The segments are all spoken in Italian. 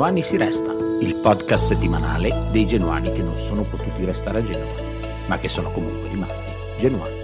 Genuani si resta, il podcast settimanale dei genuani che non sono potuti restare a Genova, ma che sono comunque rimasti genuani.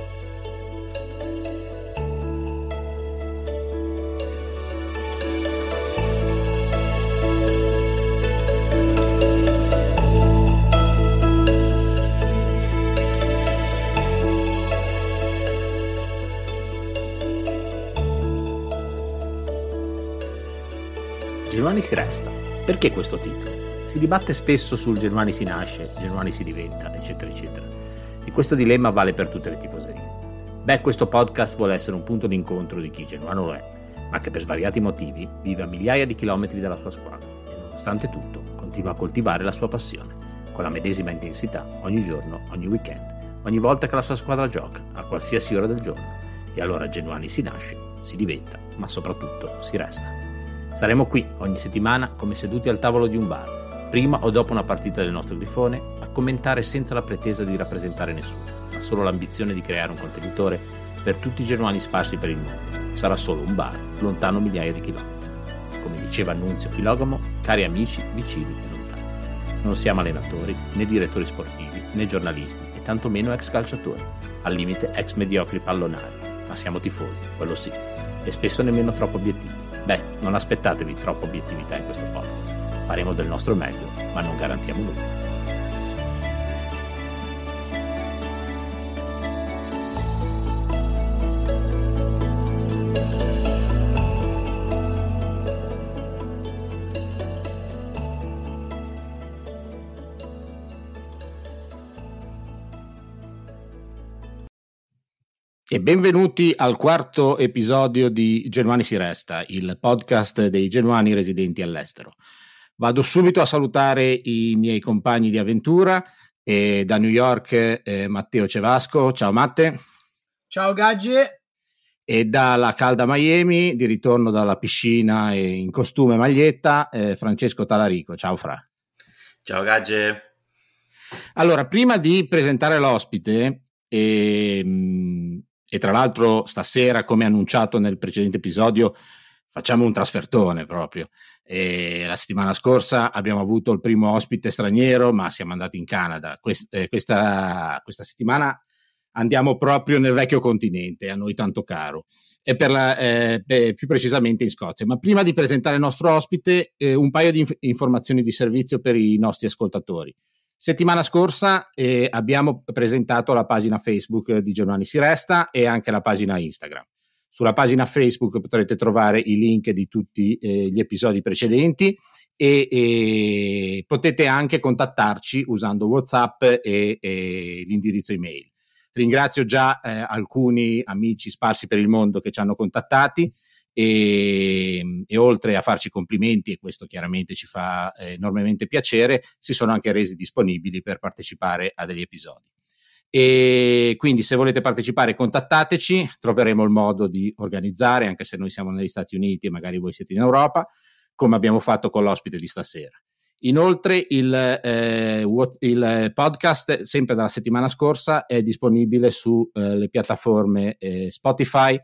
Genuani si resta. Perché questo titolo? Si dibatte spesso sul Genuani si nasce, Genuani si diventa, eccetera, eccetera. E questo dilemma vale per tutte le tifoserie. Questo podcast vuole essere un punto d'incontro di chi genuano lo è, ma che per svariati motivi vive a migliaia di chilometri dalla sua squadra e nonostante tutto continua a coltivare la sua passione, con la medesima intensità, ogni giorno, ogni weekend, ogni volta che la sua squadra gioca, a qualsiasi ora del giorno. E allora Genuani si nasce, si diventa, ma soprattutto si resta. Saremo qui ogni settimana come seduti al tavolo di un bar, prima o dopo una partita del nostro grifone, a commentare senza la pretesa di rappresentare nessuno, ma solo l'ambizione di creare un contenitore per tutti i genuani sparsi per il mondo. Sarà solo un bar, lontano migliaia di chilometri. Come diceva Nunzio Filogamo, cari amici, vicini e lontani. Non siamo allenatori, né direttori sportivi, né giornalisti, e tantomeno ex calciatori, al limite ex mediocri pallonari, ma siamo tifosi, quello sì, e spesso nemmeno troppo obiettivi. Non aspettatevi troppa obiettività in questo podcast. Faremo del nostro meglio, ma non garantiamo nulla. E benvenuti al quarto episodio di Genuani si resta, il podcast dei genuani residenti all'estero. Vado subito a salutare i miei compagni di avventura da New York, Matteo Cevasco. Ciao Matte. Ciao Gaggi. E dalla calda Miami, di ritorno dalla piscina e in costume e maglietta, Francesco Talarico. Ciao Fra. Ciao Gaggi. Allora, prima di presentare l'ospite e tra l'altro stasera, come annunciato nel precedente episodio, facciamo un trasfertone proprio. La settimana scorsa abbiamo avuto il primo ospite straniero, ma siamo andati in Canada. Questa settimana andiamo proprio nel vecchio continente, a noi tanto caro, e più precisamente in Scozia. Ma prima di presentare il nostro ospite, un paio di informazioni di servizio per i nostri ascoltatori. Settimana scorsa abbiamo presentato la pagina Facebook di Genuani si resta e anche la pagina Instagram. Sulla pagina Facebook potrete trovare i link di tutti gli episodi precedenti e potete anche contattarci usando WhatsApp e l'indirizzo email. Ringrazio già alcuni amici sparsi per il mondo che ci hanno contattati e oltre a farci complimenti, e questo chiaramente ci fa enormemente piacere, si sono anche resi disponibili per partecipare a degli episodi. E quindi se volete partecipare contattateci, troveremo il modo di organizzare, anche se noi siamo negli Stati Uniti e magari voi siete in Europa, come abbiamo fatto con l'ospite di stasera. Inoltre il podcast, sempre dalla settimana scorsa, è disponibile su le piattaforme Spotify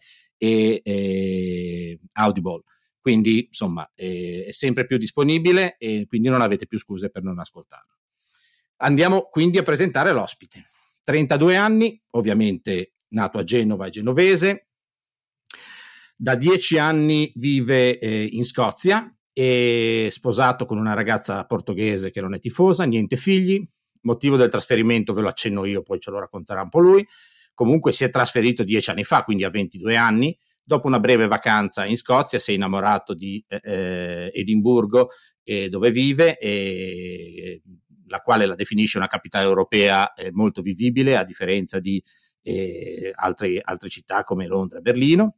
e Audible, quindi insomma è sempre più disponibile e quindi non avete più scuse per non ascoltarlo. Andiamo quindi a presentare l'ospite. 32 anni, ovviamente nato a Genova e genovese, da 10 anni vive in Scozia, è sposato con una ragazza portoghese che non è tifosa, niente figli. Motivo del trasferimento ve lo accenno io, poi ce lo racconterà un po' lui. Comunque si è trasferito 10 anni fa, quindi a 22 anni. Dopo una breve vacanza in Scozia si è innamorato di Edimburgo, dove vive, la quale la definisce una capitale europea molto vivibile, a differenza di altre città come Londra e Berlino.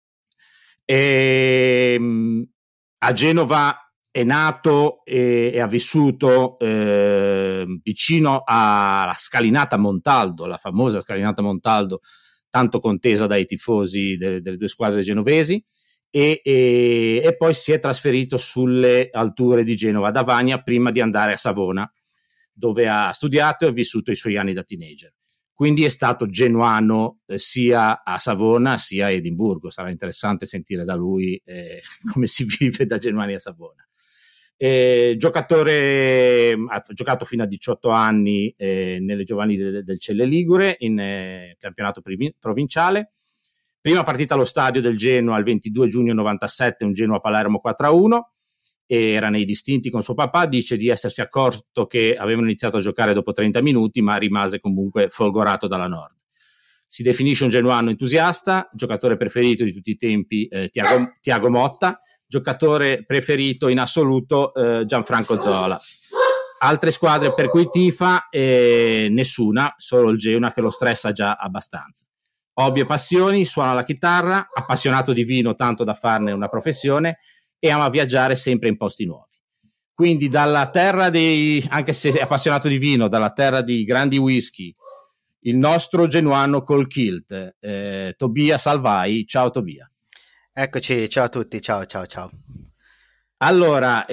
A Genova è nato e ha vissuto vicino alla scalinata Montaldo, la famosa scalinata Montaldo, tanto contesa dai tifosi delle due squadre genovesi, e poi si è trasferito sulle alture di Genova ad Avagna prima di andare a Savona, dove ha studiato e ha vissuto i suoi anni da teenager. Quindi è stato genuano sia a Savona sia a Edimburgo. Sarà interessante sentire da lui come si vive da genuani a Savona. Giocatore, ha giocato fino a 18 anni nelle giovanili del Celle Ligure in campionato provinciale. Prima partita allo stadio del Genoa il 22 giugno 97, un Genoa-Palermo 4-1. Era nei distinti con suo papà. Dice di essersi accorto che avevano iniziato a giocare dopo 30 minuti, ma rimase comunque folgorato dalla Nord. Si definisce un genuano entusiasta, giocatore preferito di tutti i tempi Tiago Motta, giocatore preferito in assoluto Gianfranco Zola. Altre squadre per cui tifa nessuna, solo il Genoa, che lo stressa già abbastanza. Hobby e passioni: suona la chitarra, appassionato di vino tanto da farne una professione, e ama viaggiare sempre in posti nuovi. Quindi dalla terra anche se è appassionato di vino, dalla terra di grandi whisky, il nostro genuano col kilt, Tobia Salvai. Ciao Tobia. Eccoci, ciao a tutti, ciao. Allora,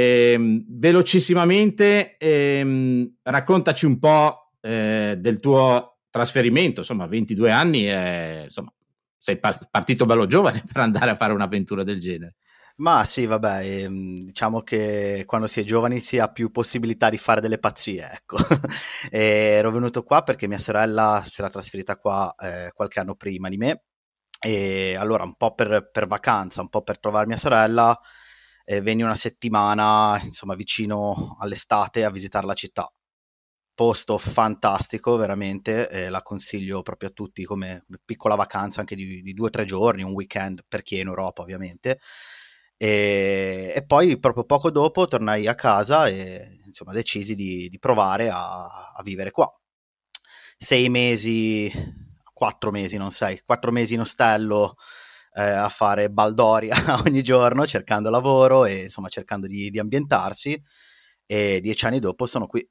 velocissimamente, raccontaci un po' del tuo trasferimento. Insomma, 22 anni, insomma, sei partito bello giovane per andare a fare un'avventura del genere. Ma sì, vabbè, diciamo che quando si è giovani si ha più possibilità di fare delle pazzie, ecco. Ero venuto qua perché mia sorella si era trasferita qua qualche anno prima di me, e allora un po' per vacanza, un po' per trovare mia sorella, venni una settimana, insomma, vicino all'estate a visitare la città. Posto fantastico, veramente, la consiglio proprio a tutti come piccola vacanza anche di 2 o 3 giorni, un weekend per chi è in Europa ovviamente. E poi proprio poco dopo tornai a casa e insomma decisi di provare a vivere qua. 6 mesi, 4 mesi, non 6, 4 mesi in ostello, a fare baldoria ogni giorno, cercando lavoro e insomma cercando di ambientarsi, e 10 anni dopo sono qui,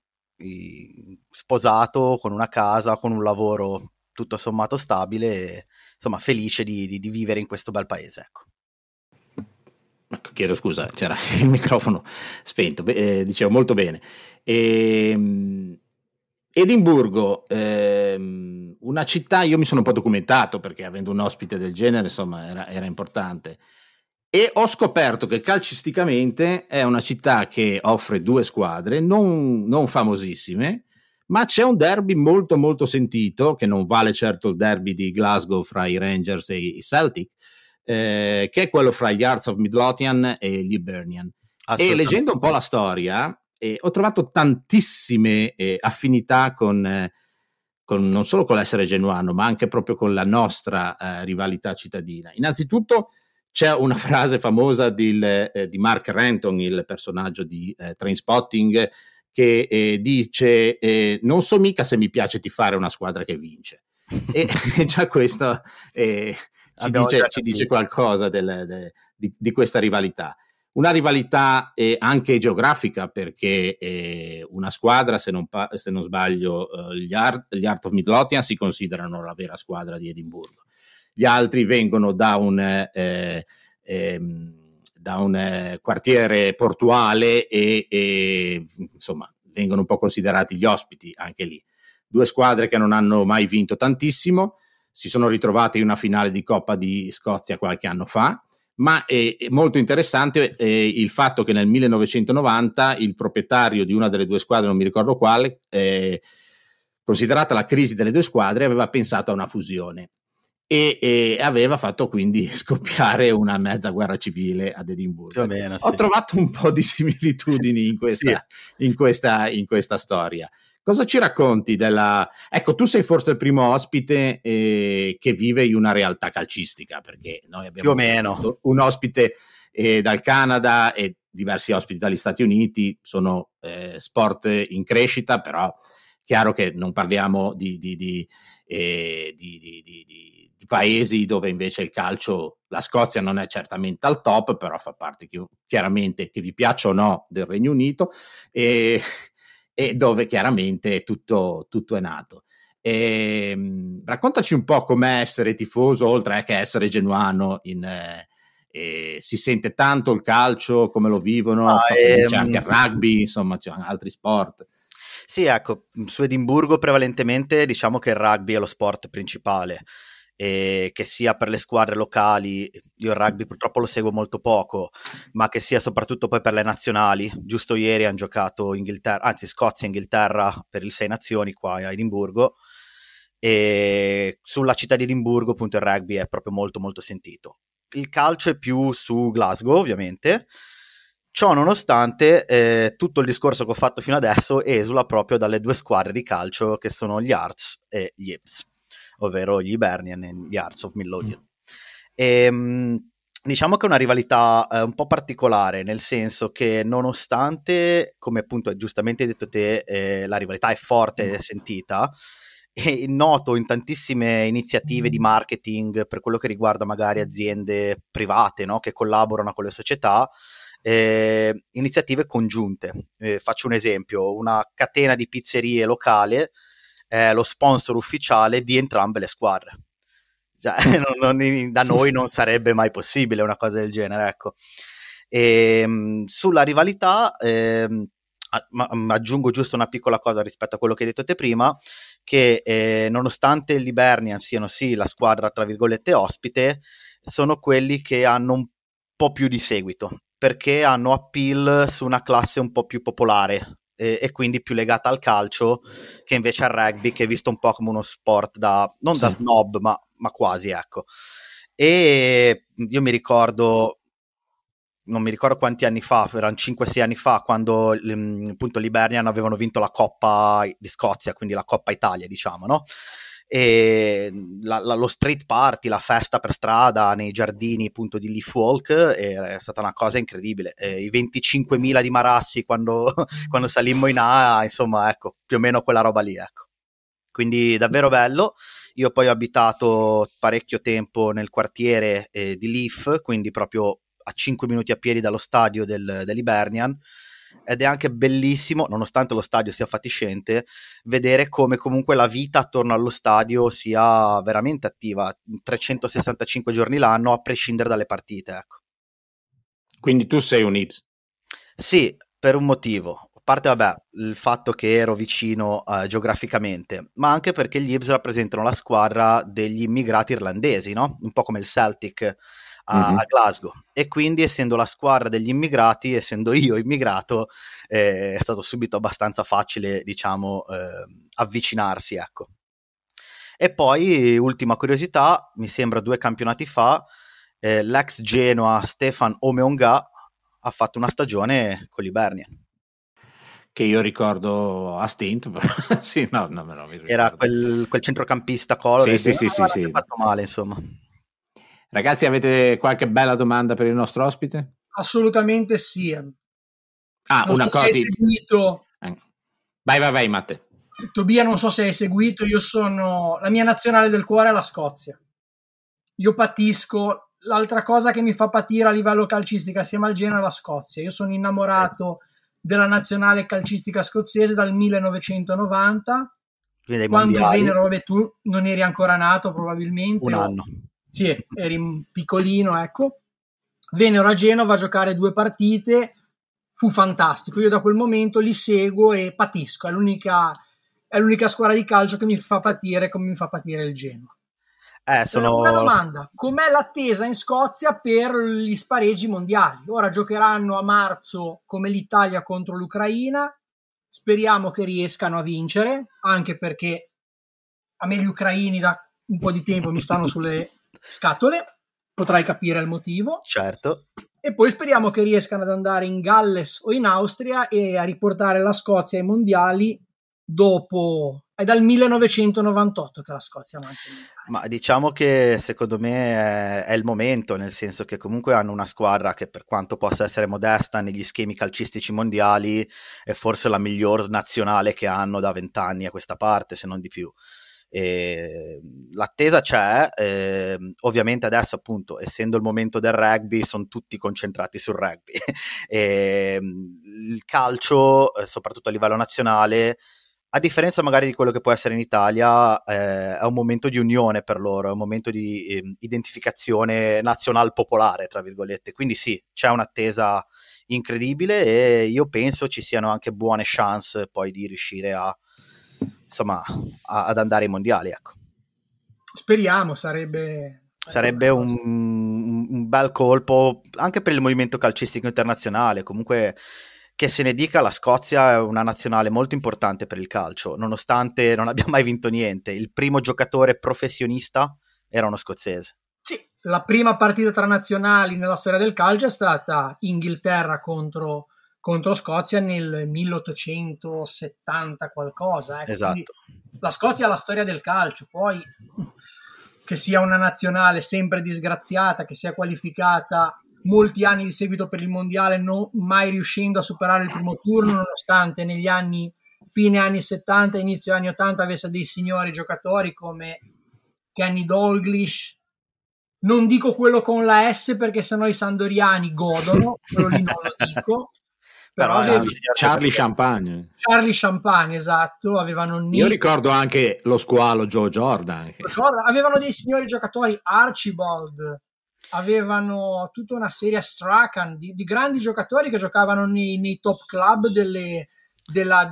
sposato, con una casa, con un lavoro tutto sommato stabile e insomma felice di vivere in questo bel paese, ecco. Chiedo scusa, c'era il microfono spento. Dicevo molto bene. Edimburgo, una città, io mi sono un po' documentato perché avendo un ospite del genere, insomma, era importante, e ho scoperto che calcisticamente è una città che offre 2 squadre non famosissime, ma c'è un derby molto molto sentito, che non vale certo il derby di Glasgow fra i Rangers e i Celtic, che è quello fra gli Hearts of Midlothian e gli Hibernian. E leggendo un po' la storia, ho trovato tantissime affinità con non solo con l'essere genuano, ma anche proprio con la nostra rivalità cittadina. Innanzitutto c'è una frase famosa di Mark Renton, il personaggio di Trainspotting, che dice non so mica se mi piace tifare una squadra che vince. E già questo ci dice qualcosa di questa rivalità. Una rivalità anche geografica, perché una squadra, se non sbaglio, gli Heart of Midlothian si considerano la vera squadra di Edimburgo. Gli altri vengono da un quartiere portuale e insomma vengono un po' considerati gli ospiti anche lì. 2 squadre che non hanno mai vinto tantissimo, si sono ritrovate in una finale di Coppa di Scozia qualche anno fa, ma è molto interessante il fatto che nel 1990 il proprietario di una delle 2 squadre, non mi ricordo quale, considerata la crisi delle 2 squadre, aveva pensato a una fusione e aveva fatto quindi scoppiare una mezza guerra civile ad Edimburgo. Meno, Ho trovato un po' di similitudini in questa storia. Cosa ci racconti Ecco, tu sei forse il primo ospite che vive in una realtà calcistica, perché noi abbiamo più o meno un ospite dal Canada e diversi ospiti dagli Stati Uniti. Sono sport in crescita, però chiaro che non parliamo di paesi dove invece il calcio, la Scozia non è certamente al top, però fa parte chiaramente, che vi piaccia o no, del Regno Unito, e dove chiaramente tutto è nato. Raccontaci un po' com'è essere tifoso, oltre che essere genuano. Si sente tanto il calcio, come lo vivono? C'è anche il rugby, insomma c'è altri sport. Sì, ecco, su Edimburgo prevalentemente diciamo che il rugby è lo sport principale. e che sia per le squadre locali, io il rugby purtroppo lo seguo molto poco, ma che sia soprattutto poi per le nazionali. Giusto ieri hanno giocato Scozia e Inghilterra per il Sei Nazioni qua a Edimburgo, e sulla città di Edimburgo appunto il rugby è proprio molto molto sentito. Il calcio è più su Glasgow, ovviamente. Ciò nonostante, tutto il discorso che ho fatto fino adesso esula proprio dalle due squadre di calcio che sono gli Hearts e gli Hibs, ovvero gli Hibernian e gli Hearts of Midlothian. Diciamo che è una rivalità un po' particolare, nel senso che nonostante, come appunto giustamente hai detto te, la rivalità è forte ed è sentita, e noto in tantissime iniziative di marketing per quello che riguarda magari aziende private, no? Che collaborano con le società, iniziative congiunte. Faccio un esempio: una catena di pizzerie locale è lo sponsor ufficiale di entrambe le squadre. Cioè, da noi non sarebbe mai possibile una cosa del genere, ecco. Sulla rivalità aggiungo giusto una piccola cosa rispetto a quello che hai detto te prima, che nonostante gli Hibernian siano sì la squadra tra virgolette ospite, sono quelli che hanno un po' più di seguito, perché hanno appeal su una classe un po' più popolare e quindi più legata al calcio, che invece al rugby, che è visto un po' come uno sport non da snob, ma quasi, ecco. E io mi ricordo, non mi ricordo quanti anni fa, erano 5-6 anni fa, quando appunto l'Hibernian avevano vinto la Coppa di Scozia, quindi la Coppa Italia, diciamo, no? E lo street party, la festa per strada nei giardini appunto di Leaf Walk è stata una cosa incredibile. I 25.000 di Marassi quando salimmo in A, insomma, ecco, più o meno quella roba lì, ecco. Quindi davvero bello. Io poi ho abitato parecchio tempo nel quartiere di Leaf, quindi proprio a 5 minuti a piedi dallo stadio dell'Hibernian, ed è anche bellissimo, nonostante lo stadio sia fatiscente, vedere come comunque la vita attorno allo stadio sia veramente attiva 365 giorni l'anno, a prescindere dalle partite, ecco. Quindi tu sei un Hibs? Sì, per un motivo. A parte, vabbè, il fatto che ero vicino geograficamente, ma anche perché gli Hibs rappresentano la squadra degli immigrati irlandesi, no? Un po' come il Celtic a Glasgow, e quindi essendo la squadra degli immigrati, essendo io immigrato, è stato subito abbastanza facile, diciamo, avvicinarsi, ecco. E poi, ultima curiosità, mi sembra 2 campionati fa, l'ex Genoa Stefan Omeonga ha fatto una stagione con l'Hibernian. Che io ricordo a stint, però sì, no, me lo ricordo. Era quel centrocampista colore, sì, ha fatto male, insomma. Ragazzi, avete qualche bella domanda per il nostro ospite? Assolutamente sì. Non una so se hai seguito. Vai, Matte. Tobia, non so se hai seguito, la mia nazionale del cuore è la Scozia. Io patisco, l'altra cosa che mi fa patire a livello calcistico assieme al Genoa è la Scozia. Io sono innamorato della nazionale calcistica scozzese dal 1990, quando vennero, vabbè, tu non eri ancora nato probabilmente. Un anno. Sì, eri piccolino, ecco. Vennero a Genova a giocare 2 partite, fu fantastico. Io da quel momento li seguo e patisco. È l'unica squadra di calcio che mi fa patire come mi fa patire il Genoa. Una domanda: com'è l'attesa in Scozia per gli spareggi mondiali? Ora giocheranno a marzo come l'Italia contro l'Ucraina, speriamo che riescano a vincere, anche perché a me gli ucraini da un po' di tempo mi stanno sulle scatole, potrai capire il motivo. Certo. E poi speriamo che riescano ad andare in Galles o in Austria e a riportare la Scozia ai mondiali. Dopo è dal 1998 che la Scozia mantiene. Ma diciamo che secondo me è il momento, nel senso che comunque hanno una squadra che, per quanto possa essere modesta negli schemi calcistici mondiali, è forse la miglior nazionale che hanno da 20 anni a questa parte, se non di più. L'attesa c'è, ovviamente adesso appunto, essendo il momento del rugby, sono tutti concentrati sul rugby. Il calcio, soprattutto a livello nazionale, a differenza magari di quello che può essere in Italia, è un momento di unione per loro, è un momento di identificazione nazional popolare, tra virgolette. Quindi sì, c'è un'attesa incredibile e io penso ci siano anche buone chance poi di riuscire ad andare ai mondiali, ecco. Speriamo, sarebbe un bel colpo anche per il movimento calcistico internazionale. Comunque, che se ne dica, la Scozia è una nazionale molto importante per il calcio, nonostante non abbia mai vinto niente. Il primo giocatore professionista era uno scozzese. Sì, la prima partita tra nazionali nella storia del calcio è stata Inghilterra contro Scozia nel 1870 qualcosa. Esatto. Quindi la Scozia ha la storia del calcio, poi che sia una nazionale sempre disgraziata, che sia qualificata molti anni di seguito per il mondiale, non mai riuscendo a superare il primo turno, nonostante negli anni, fine anni 70, inizio anni 80, avesse dei signori giocatori come Kenny Dalglish. Non dico quello con la S perché sennò i sandoriani godono, quello lì non lo dico. Però Charlie Champagne. Charlie Champagne, esatto. Io ricordo anche lo squalo Joe Jordan. Avevano dei signori giocatori, Archibald, avevano tutta una serie Strachan di grandi giocatori che giocavano nei top club della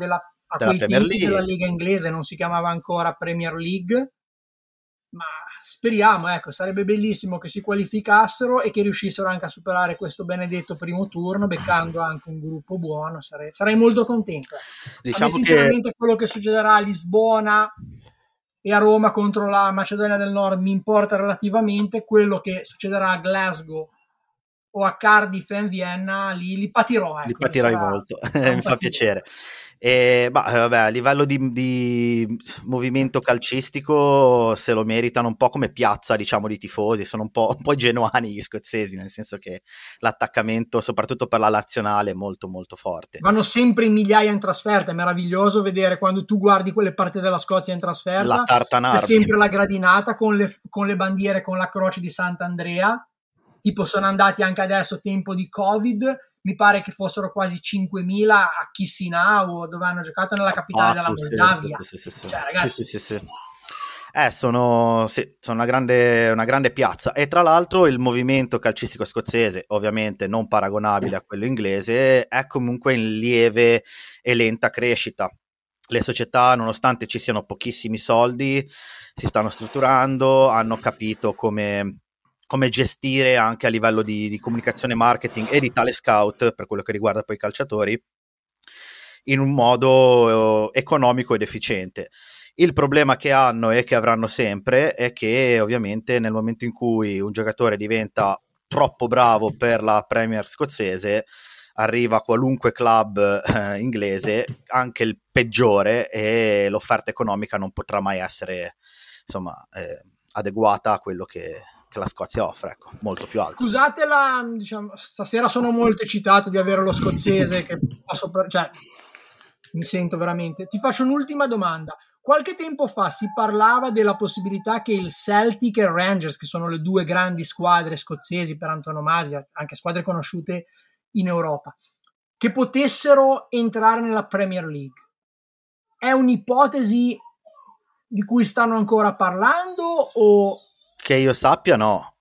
Lega inglese, non si chiamava ancora Premier League. Ma speriamo, ecco, sarebbe bellissimo che si qualificassero e che riuscissero anche a superare questo benedetto primo turno, beccando anche un gruppo buono. Sarei molto contento. Diciamo sinceramente quello che succederà a Lisbona e a Roma contro la Macedonia del Nord mi importa relativamente. Quello che succederà a Glasgow o a Cardiff e a Vienna li patirò. Ecco, li patirai molto, mi fa piacere. Vabbè, a livello di movimento calcistico se lo meritano un po' come piazza, diciamo, di tifosi. Sono un po' genuani gli scozzesi, nel senso che l'attaccamento, soprattutto per la nazionale, è molto molto forte. Vanno sempre in migliaia in trasferta, è meraviglioso vedere quando tu guardi quelle partite della Scozia in trasferta, la tartanarmi. È sempre la gradinata con le bandiere, con la croce di Sant'Andrea. Tipo sono andati anche adesso tempo di Covid, mi pare che fossero quasi 5.000 a Chisinau, dove hanno giocato nella capitale della Moldavia. Sì. Cioè, ragazzi, sì. Sono una grande piazza. E tra l'altro il movimento calcistico scozzese, ovviamente non paragonabile a quello inglese, è comunque in lieve e lenta crescita. Le società, nonostante ci siano pochissimi soldi, si stanno strutturando, hanno capito come gestire anche a livello di comunicazione, marketing e di tale scout, per quello che riguarda poi i calciatori, in un modo economico ed efficiente. Il problema che hanno e che avranno sempre è che ovviamente nel momento in cui un giocatore diventa troppo bravo per la Premier scozzese, arriva a qualunque club inglese, anche il peggiore, e l'offerta economica non potrà mai essere, insomma, adeguata a quello che la Scozia offre, ecco, molto più alto. Scusatela, diciamo, stasera sono molto eccitato di avere lo scozzese che cioè, mi sento veramente. Ti faccio un'ultima domanda. Qualche tempo fa si parlava della possibilità che il Celtic e il Rangers, che sono le due grandi squadre scozzesi per antonomasia, anche squadre conosciute in Europa, che potessero entrare nella Premier League. È un'ipotesi di cui stanno ancora parlando o... Che io sappia no,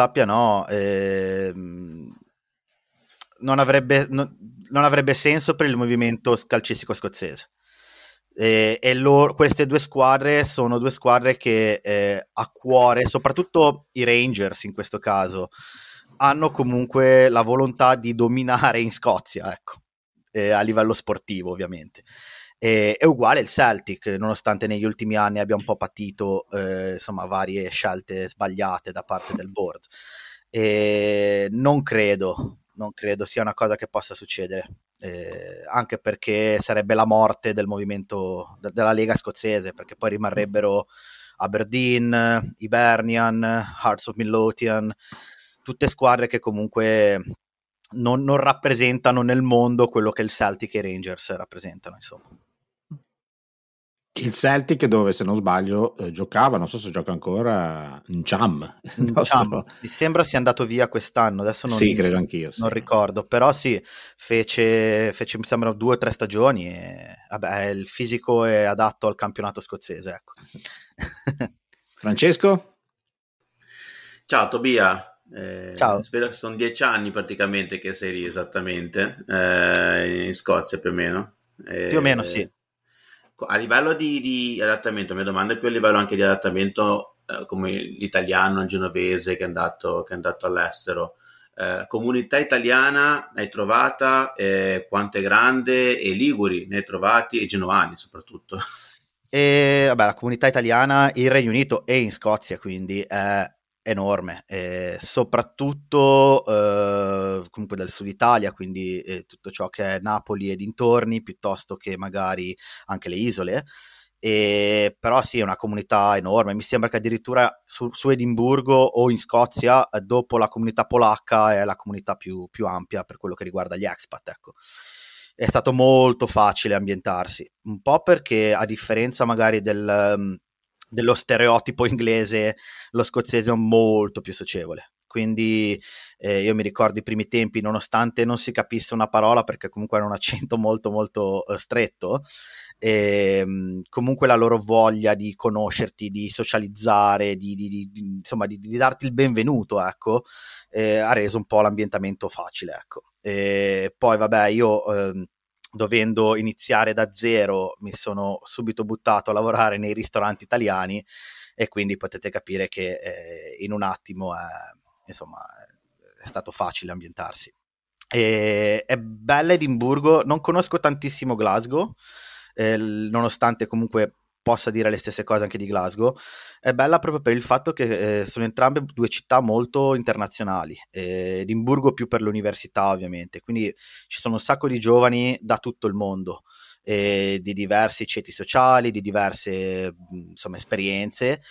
non avrebbe senso per il movimento calcistico scozzese. Queste due squadre sono due squadre che a cuore, soprattutto i Rangers in questo caso, hanno comunque la volontà di dominare in Scozia, ecco, a livello sportivo ovviamente. È uguale il Celtic, nonostante negli ultimi anni abbia un po' patito insomma varie scelte sbagliate da parte del board. Non credo sia una cosa che possa succedere, anche perché sarebbe la morte del movimento della Lega scozzese, perché poi rimarrebbero Aberdeen, Hibernian, Hearts of Midlothian, tutte squadre che comunque non rappresentano nel mondo quello che il Celtic e i Rangers rappresentano, insomma. Il Celtic, dove se non sbaglio giocava, non so se gioca ancora, in Cham. Mi sembra sia andato via quest'anno, adesso credo anch'io. Non ricordo, però sì, fece mi sembra 2 o 3 stagioni e vabbè, il fisico è adatto al campionato scozzese, ecco. Francesco? Ciao Tobia. Ciao. Spero che sono 10 anni praticamente che sei lì esattamente, in Scozia più o meno. Più o meno sì. A livello di adattamento, la mia domanda è più a livello anche di adattamento come l'italiano, il genovese che è andato all'estero. Comunità italiana ne hai trovata, quanto è grande, e liguri ne hai trovati, e genovani soprattutto. E vabbè, la comunità italiana in Regno Unito e in Scozia quindi è enorme, soprattutto comunque del sud Italia, quindi tutto ciò che è Napoli e dintorni, piuttosto che magari anche le isole. Però sì, è una comunità enorme. Mi sembra che addirittura su Edimburgo o in Scozia, dopo la comunità polacca, è la comunità più ampia per quello che riguarda gli expat, ecco. È stato molto facile ambientarsi, un po' perché a differenza magari dello stereotipo inglese, lo scozzese è molto più socievole. Quindi io mi ricordo i primi tempi, nonostante non si capisse una parola, perché comunque era un accento molto molto stretto, comunque la loro voglia di conoscerti, di socializzare, insomma di darti il benvenuto, ecco, ha reso un po' l'ambientamento facile, ecco. Poi vabbè, io dovendo iniziare da zero mi sono subito buttato a lavorare nei ristoranti italiani, e quindi potete capire che in un attimo insomma è stato facile ambientarsi. È bella Edimburgo, non conosco tantissimo Glasgow, nonostante comunque possa dire le stesse cose anche di Glasgow. È bella proprio per il fatto che sono entrambe due città molto internazionali, Edimburgo più per l'università ovviamente, quindi ci sono un sacco di giovani da tutto il mondo, di diversi ceti sociali, di diverse insomma esperienze,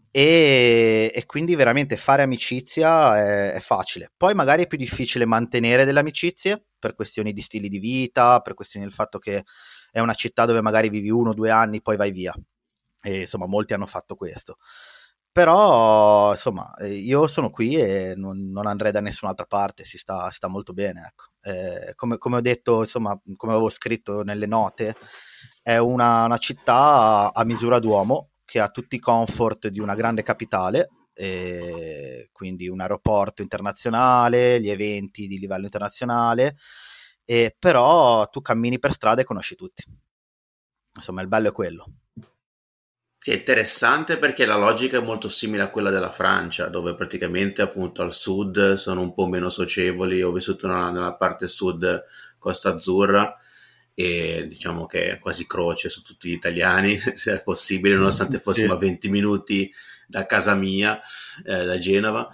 e quindi veramente fare amicizia è facile. Poi magari è più difficile mantenere delle amicizie per questioni di stili di vita, per questioni del fatto che è una città dove magari vivi 1 o 2 anni, poi vai via, e insomma molti hanno fatto questo. Però insomma io sono qui e non andrei da nessun'altra parte, si sta molto bene, ecco. Come ho detto, insomma, come avevo scritto nelle note, è una città a misura d'uomo, che ha tutti i comfort di una grande capitale, quindi un aeroporto internazionale, gli eventi di livello internazionale, però tu cammini per strada e conosci tutti. Insomma, il bello è quello. Che è interessante, perché la logica è molto simile a quella della Francia, dove praticamente appunto al sud sono un po' meno socievoli. Ho vissuto nella parte sud, Costa Azzurra, e diciamo che è quasi croce su tutti gli italiani, se è possibile, nonostante fossimo a 20 minuti da casa mia, da Genova,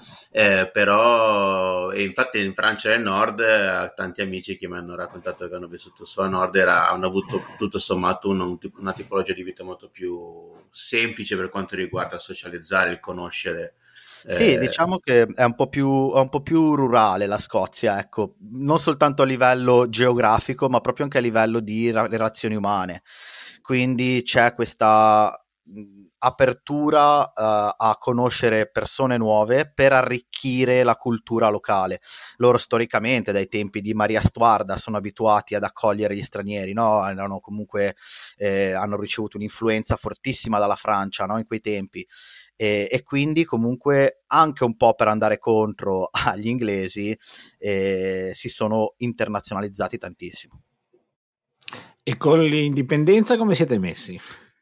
però infatti in Francia del Nord, tanti amici che mi hanno raccontato che hanno vissuto su a Nord hanno avuto tutto sommato una tipologia di vita molto più semplice per quanto riguarda il socializzare, il conoscere. Sì, diciamo che è un po' più rurale la Scozia, ecco, non soltanto a livello geografico, ma proprio anche a livello di relazioni umane. Quindi c'è questa apertura a conoscere persone nuove per arricchire la cultura locale. Loro storicamente, dai tempi di Maria Stuarda, sono abituati ad accogliere gli stranieri, no? Erano comunque, hanno ricevuto un'influenza fortissima dalla Francia, no? In quei tempi. E quindi comunque anche un po' per andare contro agli inglesi si sono internazionalizzati tantissimo. E con l'indipendenza come siete messi?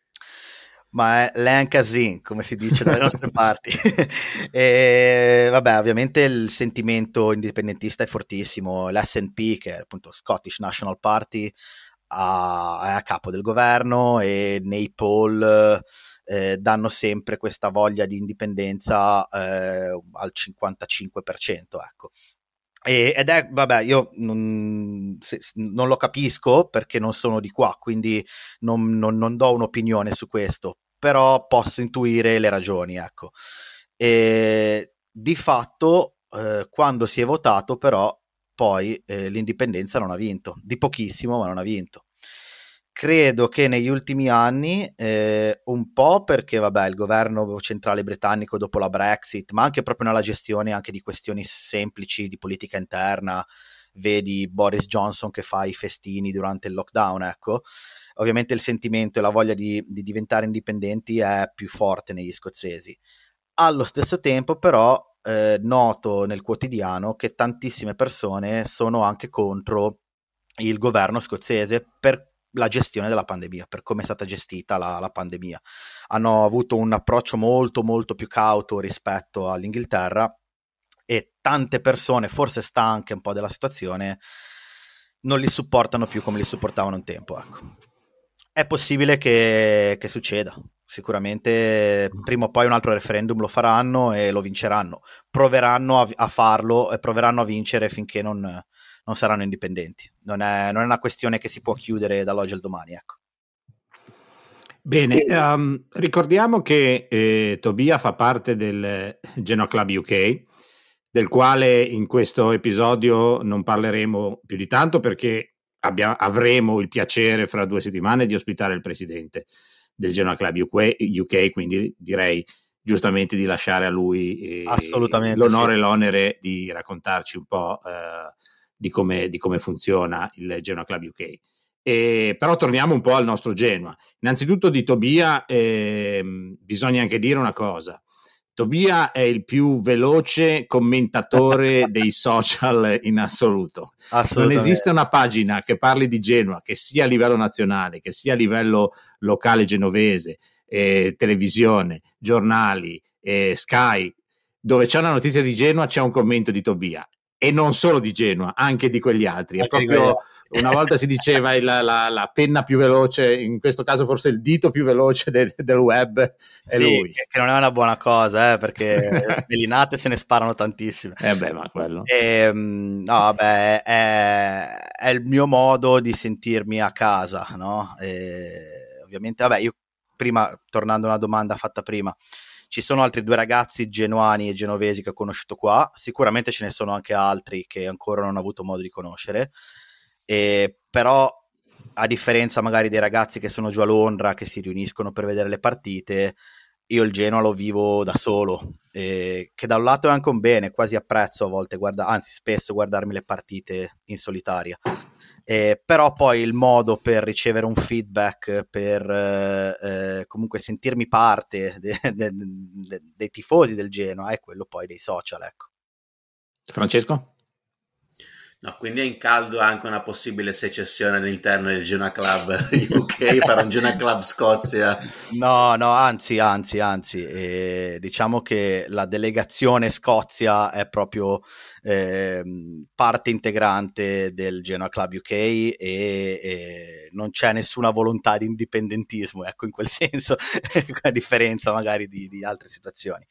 Ma è l'Ancasin, come si dice dalle nostre parti. E, vabbè, ovviamente il sentimento indipendentista è fortissimo. L'SNP, che è appunto Scottish National Party, è a capo del governo, e nei poll danno sempre questa voglia di indipendenza al 55%, ecco. Ed è, vabbè, io non lo capisco perché non sono di qua, quindi non do un'opinione su questo, però posso intuire le ragioni, ecco. E di fatto, quando si è votato, però, poi l'indipendenza non ha vinto, di pochissimo, ma non ha vinto. Credo che negli ultimi anni, un po' perché vabbè, il governo centrale britannico dopo la Brexit, ma anche proprio nella gestione anche di questioni semplici di politica interna, vedi Boris Johnson che fa i festini durante il lockdown, ecco, ovviamente il sentimento e la voglia di diventare indipendenti è più forte negli scozzesi. Allo stesso tempo però noto nel quotidiano che tantissime persone sono anche contro il governo scozzese per la gestione della pandemia, per come è stata gestita la pandemia. Hanno avuto un approccio molto molto più cauto rispetto all'Inghilterra, e tante persone, forse stanche un po' della situazione, non li supportano più come li supportavano un tempo, ecco. È possibile che succeda, sicuramente prima o poi un altro referendum lo faranno e lo vinceranno, proveranno a farlo e proveranno a vincere finché non saranno indipendenti. Non è una questione che si può chiudere dall'oggi al domani, ecco. Bene, ricordiamo che Tobia fa parte del Genoa Club UK, del quale in questo episodio non parleremo più di tanto, perché avremo il piacere fra 2 settimane di ospitare il presidente del Genoa Club UK, quindi direi giustamente di lasciare a lui l'onore e l'onere di raccontarci un po' di come funziona il Genoa Club UK. Però torniamo un po' al nostro Genoa. Innanzitutto di Tobia bisogna anche dire una cosa. Tobia è il più veloce commentatore dei social in assoluto. Non esiste una pagina che parli di Genoa, che sia a livello nazionale, che sia a livello locale genovese, televisione, giornali, Sky, dove c'è una notizia di Genoa c'è un commento di Tobia. E non solo di Genoa, anche di quegli altri. È proprio, una volta si diceva la penna più veloce, in questo caso forse il dito più veloce del web è lui. Che non è una buona cosa, perché Bellinate se ne sparano tantissime. Ma quello. No, vabbè, è il mio modo di sentirmi a casa, no? Ovviamente, vabbè, io prima, tornando a una domanda fatta prima, ci sono altri 2 ragazzi genuani e genovesi che ho conosciuto qua, sicuramente ce ne sono anche altri che ancora non ho avuto modo di conoscere, però a differenza magari dei ragazzi che sono giù a Londra, che si riuniscono per vedere le partite, io il Genoa lo vivo da solo, che da un lato è anche un bene, quasi apprezzo a volte, anzi spesso guardarmi le partite in solitaria. Però poi il modo per ricevere un feedback, per comunque sentirmi parte dei tifosi del Genoa, è quello poi dei social, ecco. Francesco? No, quindi è in caldo anche una possibile secessione all'interno del Genoa Club UK, fare un Genoa Club Scozia. No, anzi, diciamo che la delegazione Scozia è proprio parte integrante del Genoa Club UK e non c'è nessuna volontà di indipendentismo, ecco, in quel senso, a differenza magari di altre situazioni.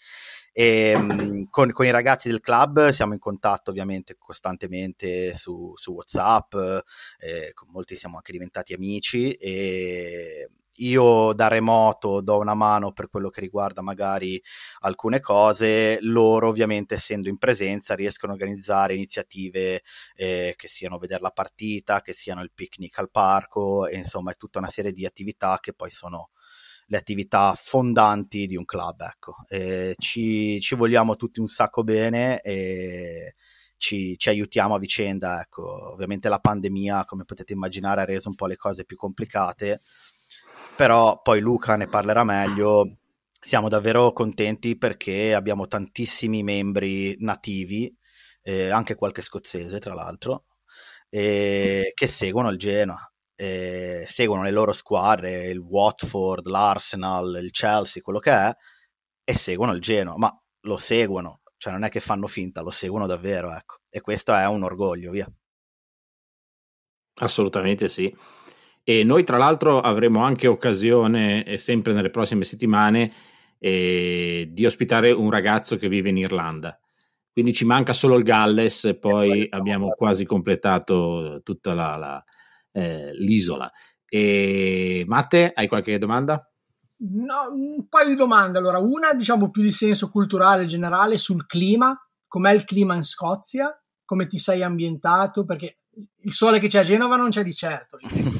Con i ragazzi del club siamo in contatto ovviamente costantemente su WhatsApp, con molti siamo anche diventati amici, e io da remoto do una mano per quello che riguarda magari alcune cose, loro ovviamente essendo in presenza riescono a organizzare iniziative che siano vedere la partita, che siano il picnic al parco, e insomma è tutta una serie di attività che poi sono le attività fondanti di un club, ecco. Ci vogliamo tutti un sacco bene e ci aiutiamo a vicenda, ecco. Ovviamente la pandemia, come potete immaginare, ha reso un po' le cose più complicate, però poi Luca ne parlerà meglio. Siamo davvero contenti perché abbiamo tantissimi membri nativi, anche qualche scozzese tra l'altro, che seguono il Genoa. Seguono le loro squadre, il Watford, l'Arsenal, il Chelsea, quello che è, e seguono il Genoa, ma lo seguono, cioè non è che fanno finta, lo seguono davvero, ecco, e questo è un orgoglio, via. Assolutamente sì. E noi tra l'altro avremo anche occasione, sempre nelle prossime settimane, di ospitare un ragazzo che vive in Irlanda. Quindi ci manca solo il Galles e poi abbiamo quasi completato tutta l'isola. E Matte, hai qualche domanda? No, un paio di domande. Allora, una diciamo più di senso culturale generale sul clima. Com'è il clima in Scozia? Come ti sei ambientato? Perché il sole che c'è a Genova non c'è di certo.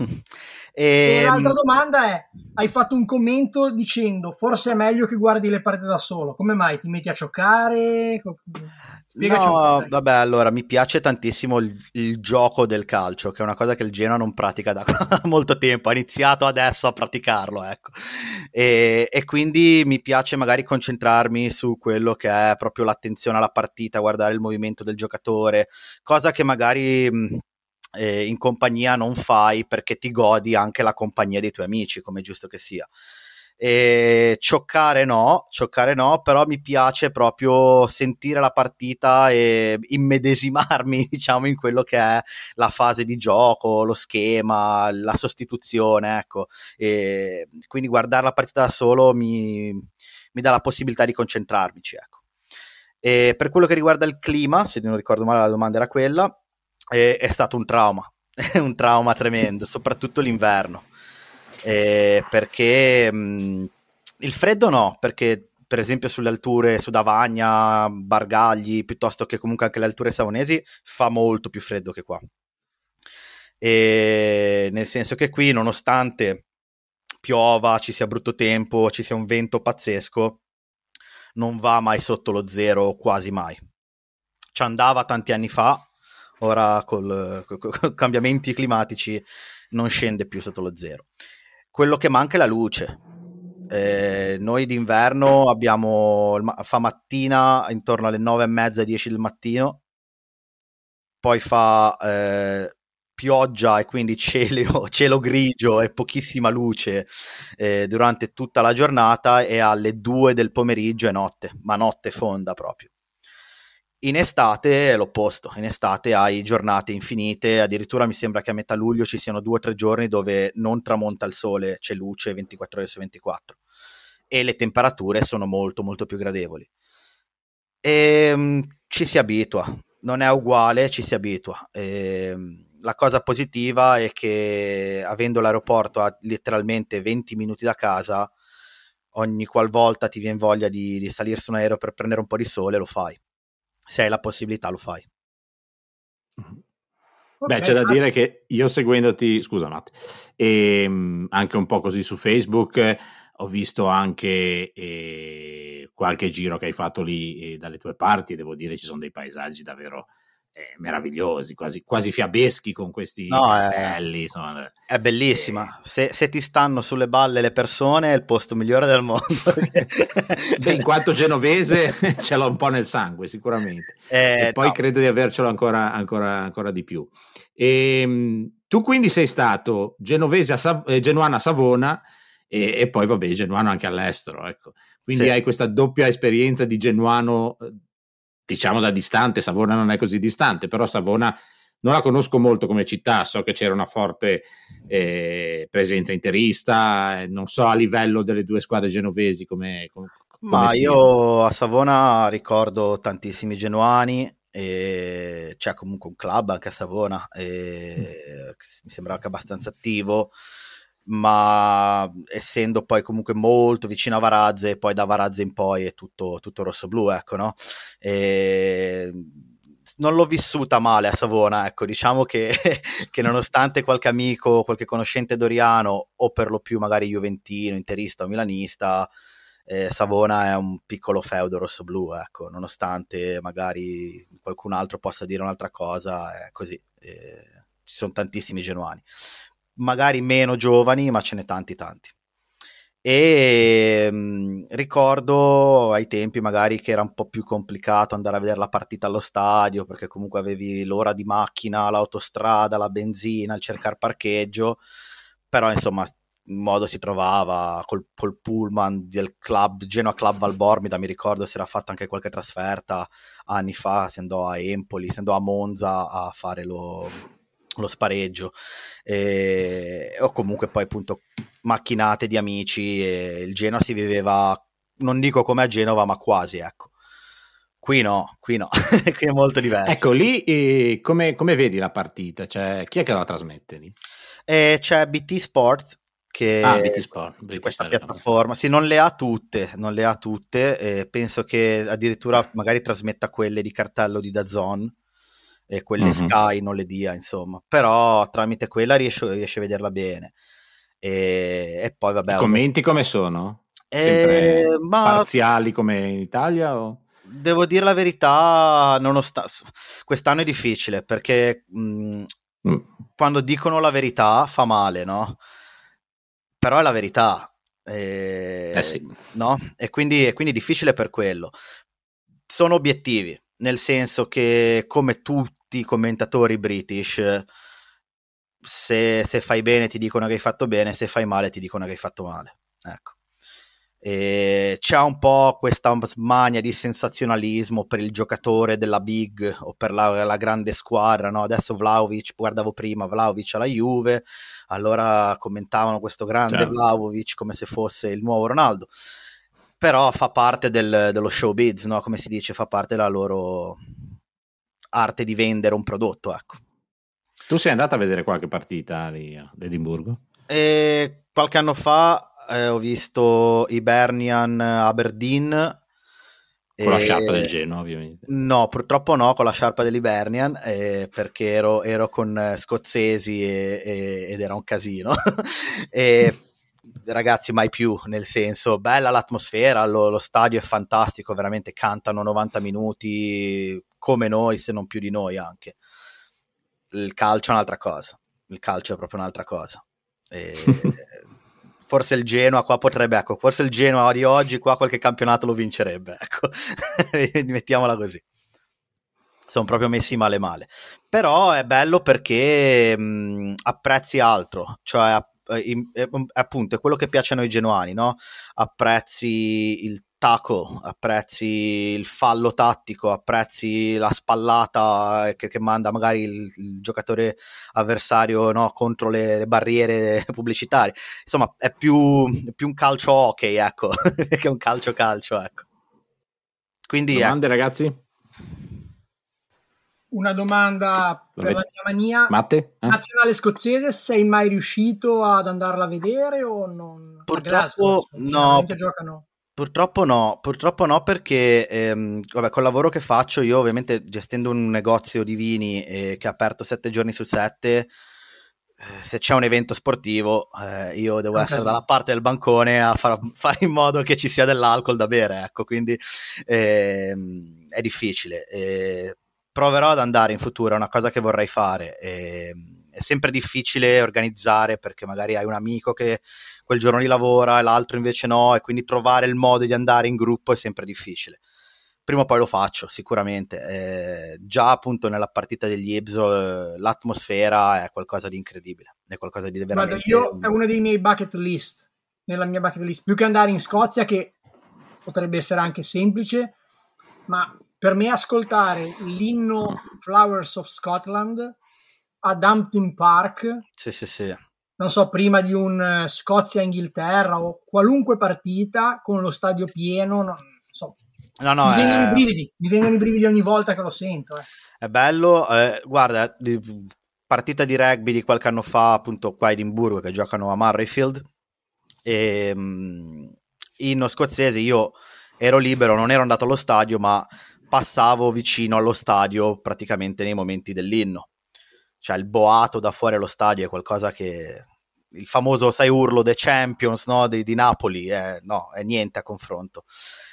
E l'altra domanda è: hai fatto un commento dicendo forse è meglio che guardi le partite da solo. Come mai? Ti metti a giocare? Spiegaci un po'. Vabbè, allora mi piace tantissimo il gioco del calcio, che è una cosa che il Genoa non pratica da molto tempo, ha iniziato adesso a praticarlo, ecco. E quindi mi piace magari concentrarmi su quello che è proprio l'attenzione alla partita, guardare il movimento del giocatore, cosa che magari in compagnia non fai, perché ti godi anche la compagnia dei tuoi amici, come è giusto che sia. Cioccare no, però mi piace proprio sentire la partita e immedesimarmi, diciamo, in quello che è la fase di gioco, lo schema, la sostituzione, ecco. E quindi guardare la partita da solo mi dà la possibilità di concentrarmici, ecco. E per quello che riguarda il clima, se non ricordo male la domanda era quella, è stato un trauma, un trauma tremendo, soprattutto l'inverno. Perché il freddo no, perché per esempio sulle alture, su Davagna, Bargagli, piuttosto che comunque anche le alture savonesi, fa molto più freddo che qua. E nel senso che qui, nonostante piova, ci sia brutto tempo, ci sia un vento pazzesco, non va mai sotto lo zero, quasi mai. Ci andava tanti anni fa, ora con cambiamenti climatici non scende più sotto lo zero. Quello che manca è la luce. Noi d'inverno fa mattina intorno alle 9:30, 10 del mattino, poi fa pioggia e quindi cielo grigio e pochissima luce durante tutta la giornata, e alle 2 del pomeriggio è notte, ma notte fonda proprio. In estate è l'opposto, in estate hai giornate infinite, addirittura mi sembra che a metà luglio ci siano 2 o 3 giorni dove non tramonta il sole, c'è luce 24 ore su 24 e le temperature sono molto molto più gradevoli. E ci si abitua, non è uguale, ci si abitua. La cosa positiva è che avendo l'aeroporto a letteralmente 20 minuti da casa, ogni qualvolta ti viene voglia di salire su un aereo per prendere un po' di sole, lo fai. Se hai la possibilità lo fai. Beh, c'è da dire che io seguendoti, scusa Matt, anche un po' così su Facebook, ho visto anche qualche giro che hai fatto lì dalle tue parti, devo dire ci sono dei paesaggi davvero meravigliosi, quasi fiabeschi, con questi castelli. Insomma. È bellissima. Se ti stanno sulle balle le persone, è il posto migliore del mondo. Beh, in quanto genovese ce l'ho un po' nel sangue, sicuramente. E poi credo di avercelo ancora di più. Tu quindi sei stato genovese genuano a Savona e poi vabbè genuano anche all'estero, ecco. Quindi hai questa doppia esperienza di genuano, diciamo da distante. Savona non è così distante, però Savona non la conosco molto come città, so che c'era una forte presenza interista, non so a livello delle due squadre genovesi come io a Savona ricordo tantissimi genuani, e c'è comunque un club anche a Savona, mi sembrava che abbastanza attivo, ma essendo poi comunque molto vicino a Varazze, e poi da Varazze in poi è tutto rossoblu, ecco, no? Non l'ho vissuta male a Savona, ecco, diciamo che nonostante qualche amico, qualche conoscente doriano, o per lo più magari juventino, interista o milanista, Savona è un piccolo feudo rossoblu, ecco, nonostante magari qualcun altro possa dire un'altra cosa, è così. Ci sono tantissimi genuani, magari meno giovani, ma ce n'è tanti. E ricordo ai tempi magari che era un po' più complicato andare a vedere la partita allo stadio, perché comunque avevi l'ora di macchina, l'autostrada, la benzina, il cercare parcheggio, però insomma in modo si trovava col pullman del club Genoa Club Valbormida, mi ricordo si era fatta anche qualche trasferta anni fa, si andò a Empoli, si andò a Monza a fare lo spareggio, o comunque poi appunto macchinate di amici, e il Genoa si viveva, non dico come a Genova, ma quasi, ecco. Qui no qui è molto diverso. Ecco, lì come vedi la partita? Cioè, chi è che la trasmette lì? C'è BT Sport, che BT Sport, questa piattaforma, sì, non le ha tutte, penso che addirittura magari trasmetta quelle di cartello di DAZN, e quelle Sky non le dia, insomma, però tramite quella riesce a vederla bene. E poi vabbè, i commenti come sono? Sempre parziali come in Italia o? Devo dire la verità, quest'anno è difficile perché quando dicono la verità fa male, no? Però è la verità, sì. no? E quindi è difficile per quello. Sono obiettivi, nel senso che come tutti i commentatori british se fai bene ti dicono che hai fatto bene, se fai male ti dicono che hai fatto male, ecco. E c'è un po' questa mania di sensazionalismo per il giocatore della big o per la grande squadra, no? Adesso Vlahovic, guardavo prima Vlahovic alla Juve, allora commentavano questo grande Vlahovic come se fosse il nuovo Ronaldo, però fa parte dello showbiz, no? Come si dice, fa parte della loro arte di vendere un prodotto, ecco. Tu sei andato a vedere qualche partita lì ad Edimburgo? Qualche anno fa ho visto Hibernian Aberdeen con la sciarpa del Genoa, ovviamente. No, purtroppo no, con la sciarpa dell'Hibernian, perché ero con scozzesi ed era un casino. Ragazzi, mai più, nel senso, bella l'atmosfera, lo stadio è fantastico, veramente cantano 90 minuti come noi, se non più di noi anche. Il calcio è un'altra cosa, il calcio è proprio un'altra cosa. Forse il Genoa qua potrebbe, ecco, forse il Genoa di oggi qua qualche campionato lo vincerebbe, ecco. Mettiamola così. Sono proprio messi male. Però è bello perché apprezzi altro, cioè appunto è quello che piace a noi genuani, no? Apprezzi il tackle, apprezzi il fallo tattico, apprezzi la spallata che manda magari il giocatore avversario, no, contro le barriere pubblicitarie. Insomma, è più un calcio hockey, ecco, che un calcio, ecco. Quindi domande, ragazzi? Una domanda per la mia mania. Matte? Nazionale scozzese, sei mai riuscito ad andarla a vedere o non? Purtroppo no. Giocano? Purtroppo no, perché vabbè, col lavoro che faccio io, ovviamente gestendo un negozio di vini che è aperto 7 giorni su 7, se c'è un evento sportivo io devo essere dalla parte del bancone a fare in modo che ci sia dell'alcol da bere, ecco, quindi è difficile. Proverò ad andare in futuro, è una cosa che vorrei fare. È sempre difficile organizzare perché magari hai un amico che quel giorno lì lavora e l'altro invece no, e quindi trovare il modo di andare in gruppo è sempre difficile. Prima o poi lo faccio sicuramente. Già appunto nella partita degli Hibs l'atmosfera è qualcosa di incredibile, è qualcosa di veramente... Guarda, è uno dei miei bucket list, nella mia bucket list, più che andare in Scozia, che potrebbe essere anche semplice, ma per me ascoltare l'inno Flowers of Scotland ad Hampden Park, sì. Non so, prima di un Scozia-Inghilterra o qualunque partita con lo stadio pieno, non so. No, mi vengono i brividi ogni volta che lo sento. È bello, guarda, partita di rugby di qualche anno fa, appunto qua a Edimburgo, che giocano a Murrayfield, e inno scozzese, io ero libero, non ero andato allo stadio, ma passavo vicino allo stadio praticamente nei momenti dell'inno. Cioè il boato da fuori allo stadio è qualcosa che... il famoso, sai, urlo The Champions, no? di Napoli, no, è niente a confronto.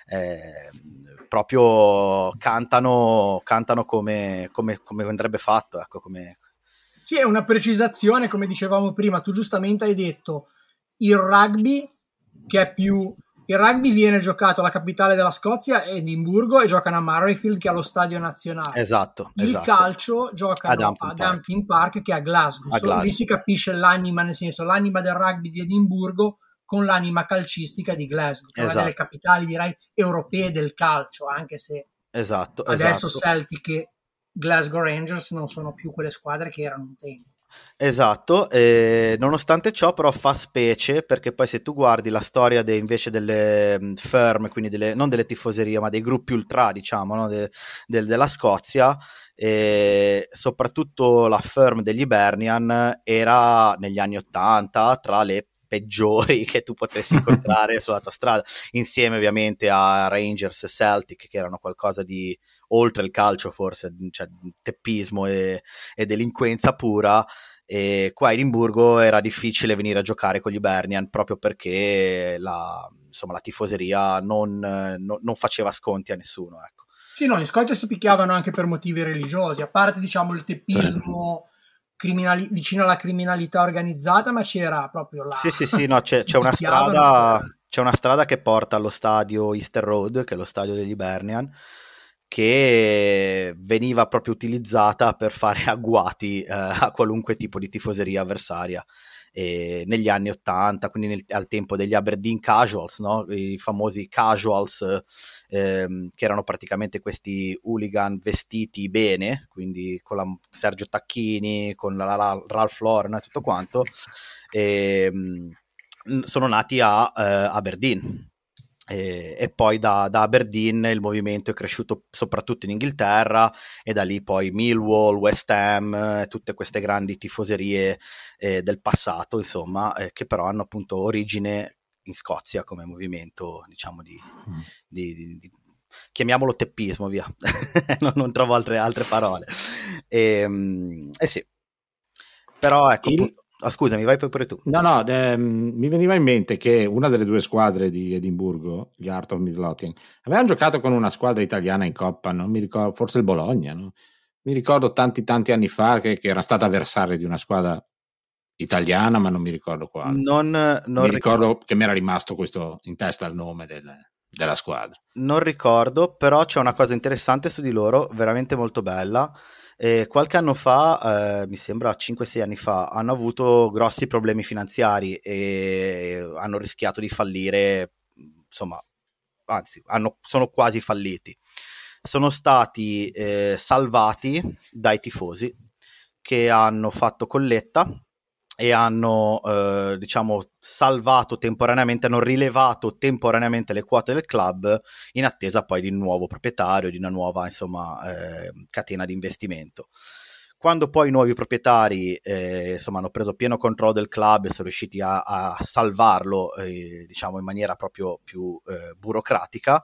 Proprio cantano come andrebbe fatto, ecco, come... Sì, è una precisazione, come dicevamo prima, tu giustamente hai detto il rugby, che è più... Il rugby viene giocato alla capitale della Scozia, Edimburgo, e giocano a Murrayfield, che è allo stadio nazionale. Esatto. Il calcio giocano ad Hampden Park, che è a Glasgow. Lì si capisce l'anima, nel senso, l'anima del rugby di Edimburgo con l'anima calcistica di Glasgow, che è una delle capitali, direi, europee del calcio, anche se adesso Celtic e Glasgow Rangers non sono più quelle squadre che erano un tempo. Esatto, nonostante ciò però fa specie, perché poi se tu guardi la storia invece delle firm, quindi non delle tifoserie ma dei gruppi ultra, diciamo, no? della Scozia, soprattutto la firm degli Hibernian era negli anni 80 tra le peggiori che tu potessi incontrare sulla tua strada, insieme ovviamente a Rangers e Celtic, che erano qualcosa di oltre il calcio, forse, cioè teppismo e delinquenza pura. E qua a Edimburgo era difficile venire a giocare con gli Hibernian proprio perché la tifoseria non faceva sconti a nessuno, ecco. Sì, no, in Scozia si picchiavano anche per motivi religiosi, a parte, diciamo, il teppismo vicino alla criminalità organizzata, ma c'era proprio la... Sì, no, c'è una strada che porta allo stadio Easter Road, che è lo stadio degli Hibernian, che veniva proprio utilizzata per fare agguati a qualunque tipo di tifoseria avversaria. E negli anni 80, quindi al tempo degli Aberdeen Casuals, no? I famosi Casuals, che erano praticamente questi hooligan vestiti bene, quindi con la Sergio Tacchini, con la Ralph Lauren e tutto quanto, sono nati a Aberdeen. E poi da Aberdeen il movimento è cresciuto soprattutto in Inghilterra, e da lì poi Millwall, West Ham, tutte queste grandi tifoserie del passato, insomma, che però hanno appunto origine in Scozia come movimento, diciamo, di chiamiamolo teppismo, via. non trovo altre parole. Sì, però ecco, scusami, vai pure tu. No, mi veniva in mente che una delle due squadre di Edimburgo, gli Heart of Midlothian, avevano giocato con una squadra italiana in Coppa, non mi ricordo, forse il Bologna, no? Mi ricordo tanti anni fa che era stata avversaria di una squadra italiana, ma non mi ricordo quale. Mi ricordo che mi era rimasto questo in testa il nome della squadra. Non ricordo, però c'è una cosa interessante su di loro, veramente molto bella. Qualche anno fa, mi sembra 5-6 anni fa, hanno avuto grossi problemi finanziari e hanno rischiato di fallire, insomma, anzi, sono quasi falliti. Sono stati salvati dai tifosi che hanno fatto colletta e hanno diciamo salvato temporaneamente, hanno rilevato temporaneamente le quote del club in attesa poi di un nuovo proprietario, di una nuova, insomma, catena di investimento. Quando poi i nuovi proprietari insomma, hanno preso pieno controllo del club e sono riusciti a salvarlo diciamo in maniera proprio più burocratica,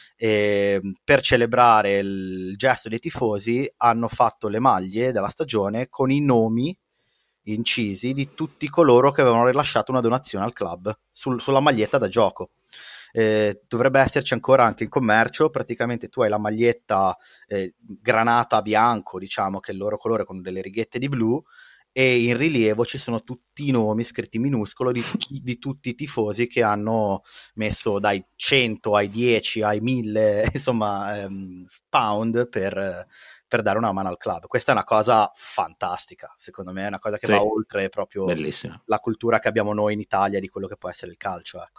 per celebrare il gesto dei tifosi hanno fatto le maglie della stagione con i nomi incisi di tutti coloro che avevano rilasciato una donazione al club sulla maglietta da gioco. Dovrebbe esserci ancora anche in commercio. Praticamente tu hai la maglietta granata bianco, diciamo, che è il loro colore, con delle righette di blu, e in rilievo ci sono tutti i nomi scritti in minuscolo di tutti i tifosi che hanno messo dai 100 ai 10 ai 1000 insomma pound per dare una mano al club. Questa è una cosa fantastica, secondo me, è una cosa che va oltre proprio bellissima. La cultura che abbiamo noi in Italia di quello che può essere il calcio, ecco.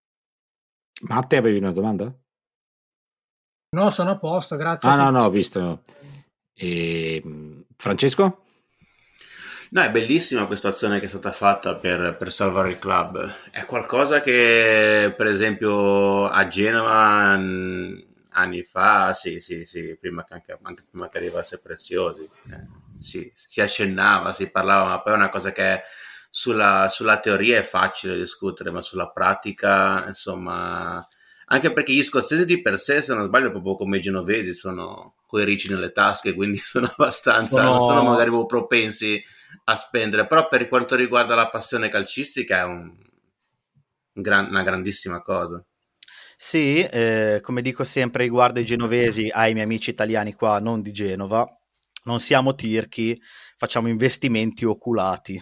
Matte, avevi una domanda? No, sono a posto, grazie. No, ho visto. Francesco? No, è bellissima questa azione che è stata fatta per salvare il club. È qualcosa che, per esempio, a Genova anni fa, sì, prima che anche prima che arrivasse Preziosi, si accennava, si parlava, ma poi è una cosa che sulla teoria è facile discutere, ma sulla pratica, insomma, anche perché gli scozzesi di per sé, se non sbaglio, proprio come i genovesi, sono coi ricci nelle tasche, quindi sono abbastanza, non sono magari propensi a spendere, però per quanto riguarda la passione calcistica è una grandissima cosa. Sì, come dico sempre riguardo ai genovesi, ai miei amici italiani qua, non di Genova, non siamo tirchi, facciamo investimenti oculati.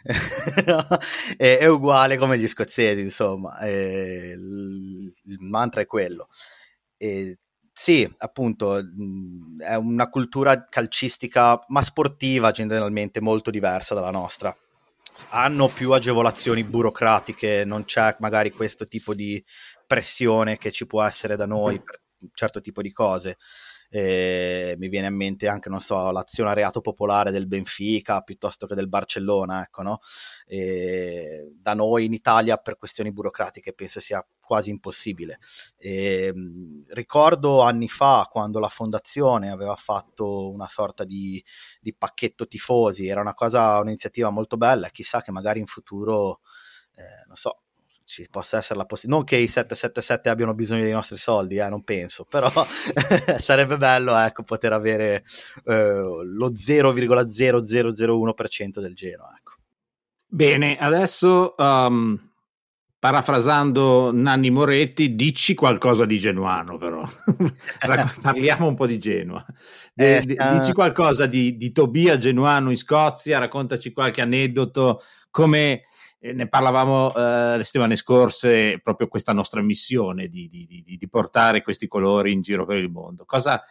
È uguale come gli scozzesi, insomma, il mantra è quello. Sì, appunto, è una cultura calcistica, ma sportiva generalmente, molto diversa dalla nostra. Hanno più agevolazioni burocratiche, non c'è magari questo tipo di pressione che ci può essere da noi per un certo tipo di cose. Mi viene in mente anche, non so, l'azionariato popolare del Benfica piuttosto che del Barcellona, ecco, no? Da noi in Italia per questioni burocratiche penso sia quasi impossibile. Ricordo anni fa quando la fondazione aveva fatto una sorta di pacchetto tifosi, era un'iniziativa molto bella, chissà che magari in futuro non so, ci possa essere la possibilità, non che i 777 abbiano bisogno dei nostri soldi, non penso, però sarebbe bello, ecco, poter avere lo 0,0001% del Genoa, ecco. Bene, adesso parafrasando Nanni Moretti, dici qualcosa di genuano, però parliamo un po' di Genoa. Dici qualcosa di Tobia genuano in Scozia, raccontaci qualche aneddoto, come ne parlavamo le settimane scorse, proprio questa nostra missione di portare questi colori in giro per il mondo. Cosa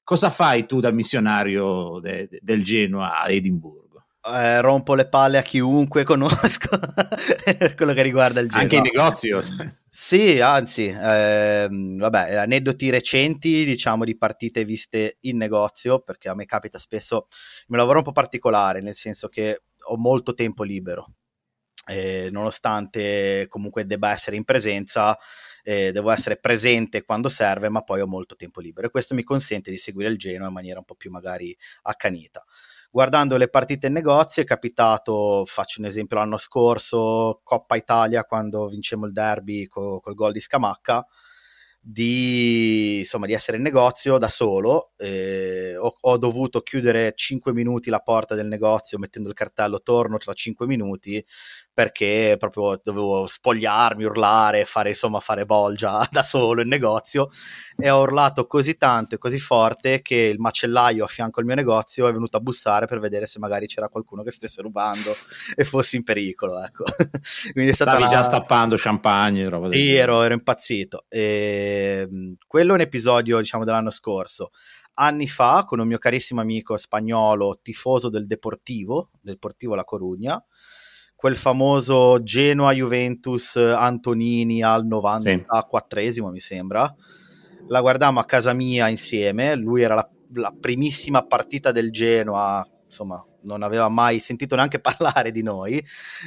Cosa fai tu da missionario del Genoa a Edimburgo? Rompo le palle a chiunque conosco quello che riguarda il Genoa. Anche in negozio? Sì, anzi, vabbè, aneddoti recenti, diciamo, di partite viste in negozio, perché a me capita spesso, il mio lavoro è un po' particolare, nel senso che ho molto tempo libero, nonostante comunque debba essere in presenza, devo essere presente quando serve, ma poi ho molto tempo libero, e questo mi consente di seguire il Genoa in maniera un po' più magari accanita. Guardando le partite in negozio è capitato, faccio un esempio, l'anno scorso, Coppa Italia, quando vincemmo il derby col gol di Scamacca, di essere in negozio da solo. Ho dovuto chiudere 5 minuti la porta del negozio mettendo il cartello torno tra 5 minuti, perché proprio dovevo spogliarmi, urlare, fare bolgia da solo in negozio, e ho urlato così tanto e così forte che il macellaio a fianco al mio negozio è venuto a bussare per vedere se magari c'era qualcuno che stesse rubando e fossi in pericolo, ecco. Quindi è stata Stavi già stappando champagne, roba del genere. Ero impazzito. Quello è un episodio, diciamo, dell'anno scorso. Anni fa, con un mio carissimo amico spagnolo, tifoso del Deportivo La Corugna, quel famoso Genoa-Juventus Antonini al 94esimo, mi sembra. La guardammo a casa mia insieme. Lui era la primissima partita del Genoa, insomma, non aveva mai sentito neanche parlare di noi,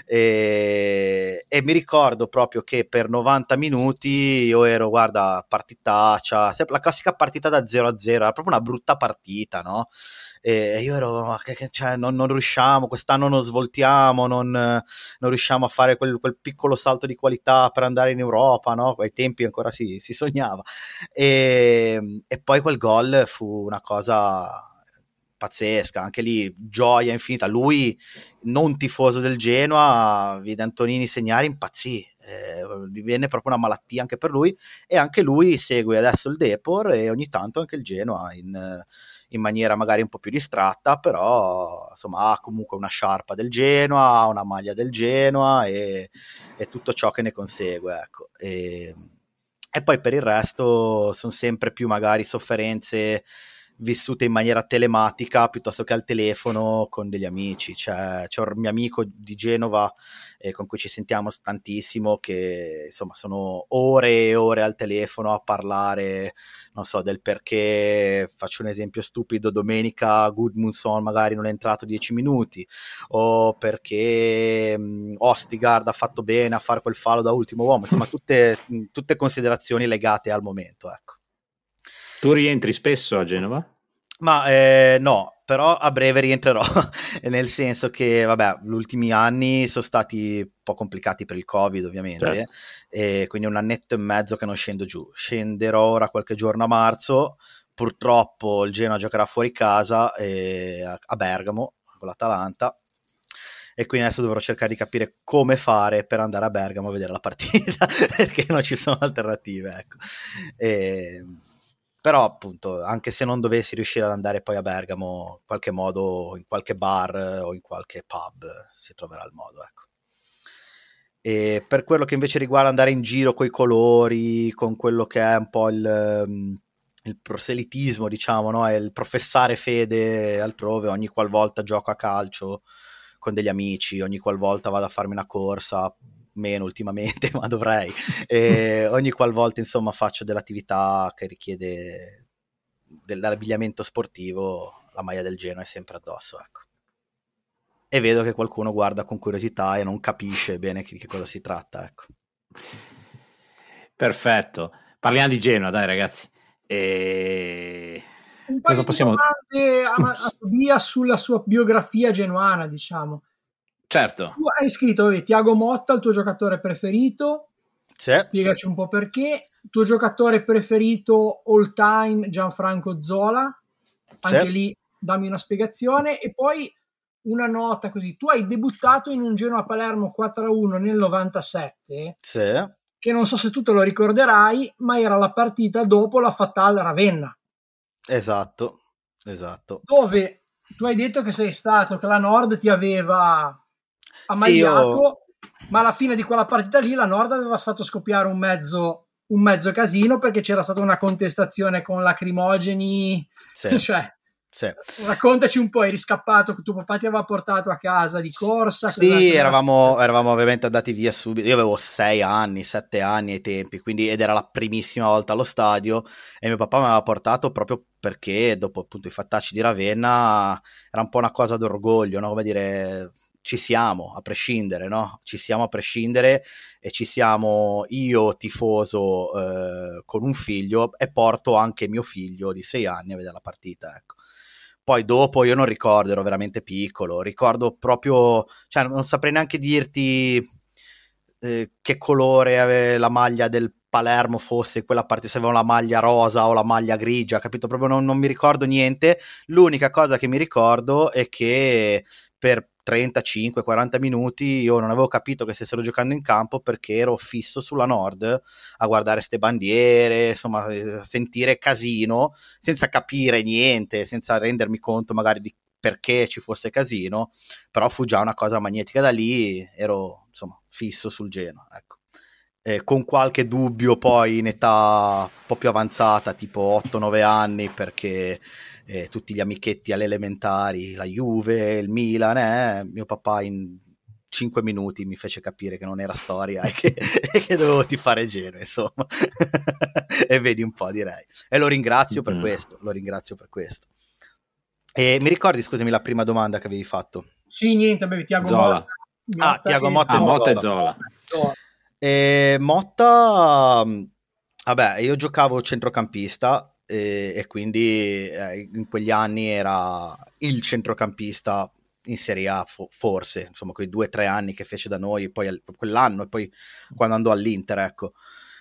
e mi ricordo proprio che per 90 minuti io ero, guarda, partitaccia, la classica partita da 0-0, era proprio una brutta partita, no? E io ero, cioè, non riusciamo, quest'anno non svoltiamo, non riusciamo a fare quel piccolo salto di qualità per andare in Europa, no? Ai tempi ancora si sognava, e poi quel gol fu una cosa pazzesca, anche lì gioia infinita. Lui, non tifoso del Genoa, vide Antonini segnare, impazzì, divenne proprio una malattia anche per lui, e anche lui segue adesso il Depor e ogni tanto anche il Genoa in maniera magari un po' più distratta, però insomma ha comunque una sciarpa del Genoa, ha una maglia del Genoa e tutto ciò che ne consegue, ecco. E poi per il resto sono sempre più magari sofferenze vissute in maniera telematica piuttosto che al telefono con degli amici. C'è un mio amico di Genova con cui ci sentiamo tantissimo, che insomma sono ore e ore al telefono a parlare, non so, del perché, faccio un esempio stupido, domenica Gudmundsson magari non è entrato 10 minuti, o perché Ostigard ha fatto bene a fare quel fallo da ultimo uomo, insomma tutte considerazioni legate al momento, ecco. Tu rientri spesso a Genova? Ma no, però a breve rientrerò, nel senso che, vabbè, gli ultimi anni sono stati un po' complicati per il Covid, ovviamente, certo. E quindi 1 annetto e mezzo che non scendo giù. Scenderò ora qualche giorno a marzo, purtroppo il Genoa giocherà fuori casa a Bergamo con l'Atalanta, e quindi adesso dovrò cercare di capire come fare per andare a Bergamo a vedere la partita, perché non ci sono alternative, ecco. Però appunto, anche se non dovessi riuscire ad andare poi a Bergamo, in qualche modo, in qualche bar o in qualche pub si troverà il modo, ecco. E per quello che invece riguarda andare in giro coi colori, con quello che è un po' il proselitismo, diciamo, no? E il professare fede altrove, ogni qualvolta gioco a calcio con degli amici, ogni qualvolta vado a farmi una corsa, meno ultimamente, ma dovrei, e ogni qualvolta insomma faccio dell'attività che richiede dell'abbigliamento sportivo, la maglia del Genoa è sempre addosso, ecco. E vedo che qualcuno guarda con curiosità e non capisce bene di che cosa si tratta, ecco. Perfetto, parliamo di Genoa, dai ragazzi. Un paio di domande a Tobia sulla sua biografia genuana, diciamo. Certo. Tu hai scritto, Thiago Motta, il tuo giocatore preferito. Sì. Spiegaci un po' perché. Tuo giocatore preferito all time, Gianfranco Zola. Anche sì. Lì dammi una spiegazione. E poi una nota così. Tu hai debuttato in un Genoa Palermo 4-1 nel 97. Sì. Che non so se tu te lo ricorderai, ma era la partita dopo la Fatal Ravenna. Esatto. Dove tu hai detto che sei stato, che la Nord ti aveva ammaliato, ma alla fine di quella partita lì la Nord aveva fatto scoppiare un mezzo un mezzo casino perché c'era stata una contestazione con lacrimogeni, Sì. cioè Sì. raccontaci un po', eri scappato, che tuo papà ti aveva portato a casa di corsa? Sì, eravamo ovviamente andati via subito. Io avevo 6 anni, 7 anni ai tempi, quindi, ed era la primissima volta allo stadio, e mio papà mi aveva portato proprio perché dopo appunto i fattacci di Ravenna era un po' una cosa d'orgoglio, no? Come dire, ci siamo a prescindere, no? Ci siamo a prescindere, e ci siamo io tifoso con un figlio, e porto anche mio figlio di 6 anni a vedere la partita, ecco. Poi dopo io non ricordo, ero veramente piccolo, ricordo proprio, cioè non saprei neanche dirti che colore la maglia del Palermo fosse, quella parte, se avevano la maglia rosa o la maglia grigia, capito? Proprio non mi ricordo niente. L'unica cosa che mi ricordo è che per 35-40 minuti io non avevo capito che stessero giocando in campo, perché ero fisso sulla Nord a guardare ste bandiere, insomma, a sentire casino senza capire niente, senza rendermi conto magari di perché ci fosse casino, però fu già una cosa magnetica. Da lì ero insomma fisso sul Genoa, ecco. Con qualche dubbio poi in età un po' più avanzata, tipo 8-9 anni, perché tutti gli amichetti alle elementari, la Juve, il Milan, mio papà in 5 minuti mi fece capire che non era storia e che dovevo tifare Genoa, insomma. E vedi un po', direi. E lo ringrazio per questo, E mi ricordi, scusami, la prima domanda che avevi fatto? Sì, niente, beh, Thiago Zola. Motta. Thiago Motta e Motta e Zola. Motta, vabbè, io giocavo centrocampista e quindi in quegli anni era il centrocampista in Serie A, forse, insomma, quei 2 o 3 anni che fece da noi, poi quell'anno, e poi quando andò all'Inter, ecco.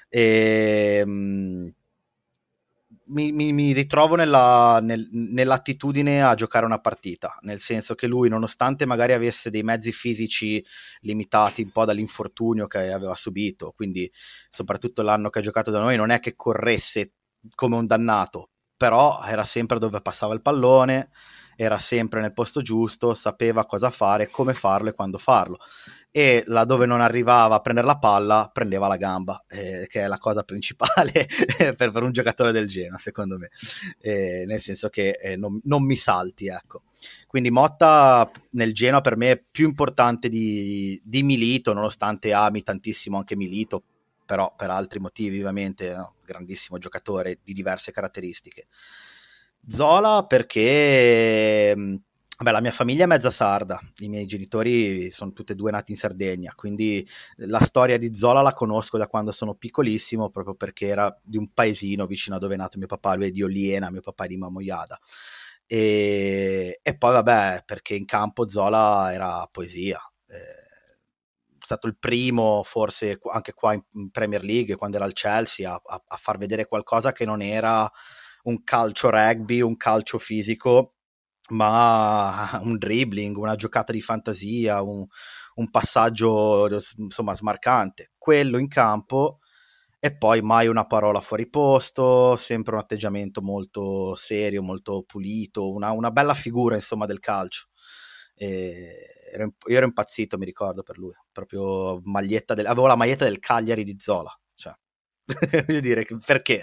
Mi ritrovo nell'attitudine a giocare una partita, nel senso che lui, nonostante magari avesse dei mezzi fisici limitati un po' dall'infortunio che aveva subito, quindi soprattutto l'anno che ha giocato da noi, non è che corresse come un dannato, però era sempre dove passava il pallone, era sempre nel posto giusto, sapeva cosa fare, come farlo e quando farlo, e laddove non arrivava a prendere la palla prendeva la gamba, che è la cosa principale per un giocatore del Genoa, secondo me, nel senso che non mi salti, ecco. Quindi Motta nel Genoa per me è più importante di Milito, nonostante ami tantissimo anche Milito, però per altri motivi, ovviamente, no? Grandissimo giocatore di diverse caratteristiche. Zola perché beh, la mia famiglia è mezza sarda, i miei genitori sono tutti e due nati in Sardegna, quindi la storia di Zola la conosco da quando sono piccolissimo, proprio perché era di un paesino vicino a dove è nato mio papà, lui è di Oliena, mio papà è di Mamoiada. E poi vabbè, perché in campo Zola era poesia, è stato il primo, forse anche qua in Premier League, quando era al Chelsea, a far vedere qualcosa che non era un calcio rugby, un calcio fisico, ma un dribbling, una giocata di fantasia, un passaggio insomma smarcante, quello in campo, e poi mai una parola fuori posto, sempre un atteggiamento molto serio, molto pulito, una bella figura insomma del calcio. Io ero impazzito, mi ricordo, per lui, proprio avevo la maglietta del Cagliari di Zola, cioè voglio dire, perché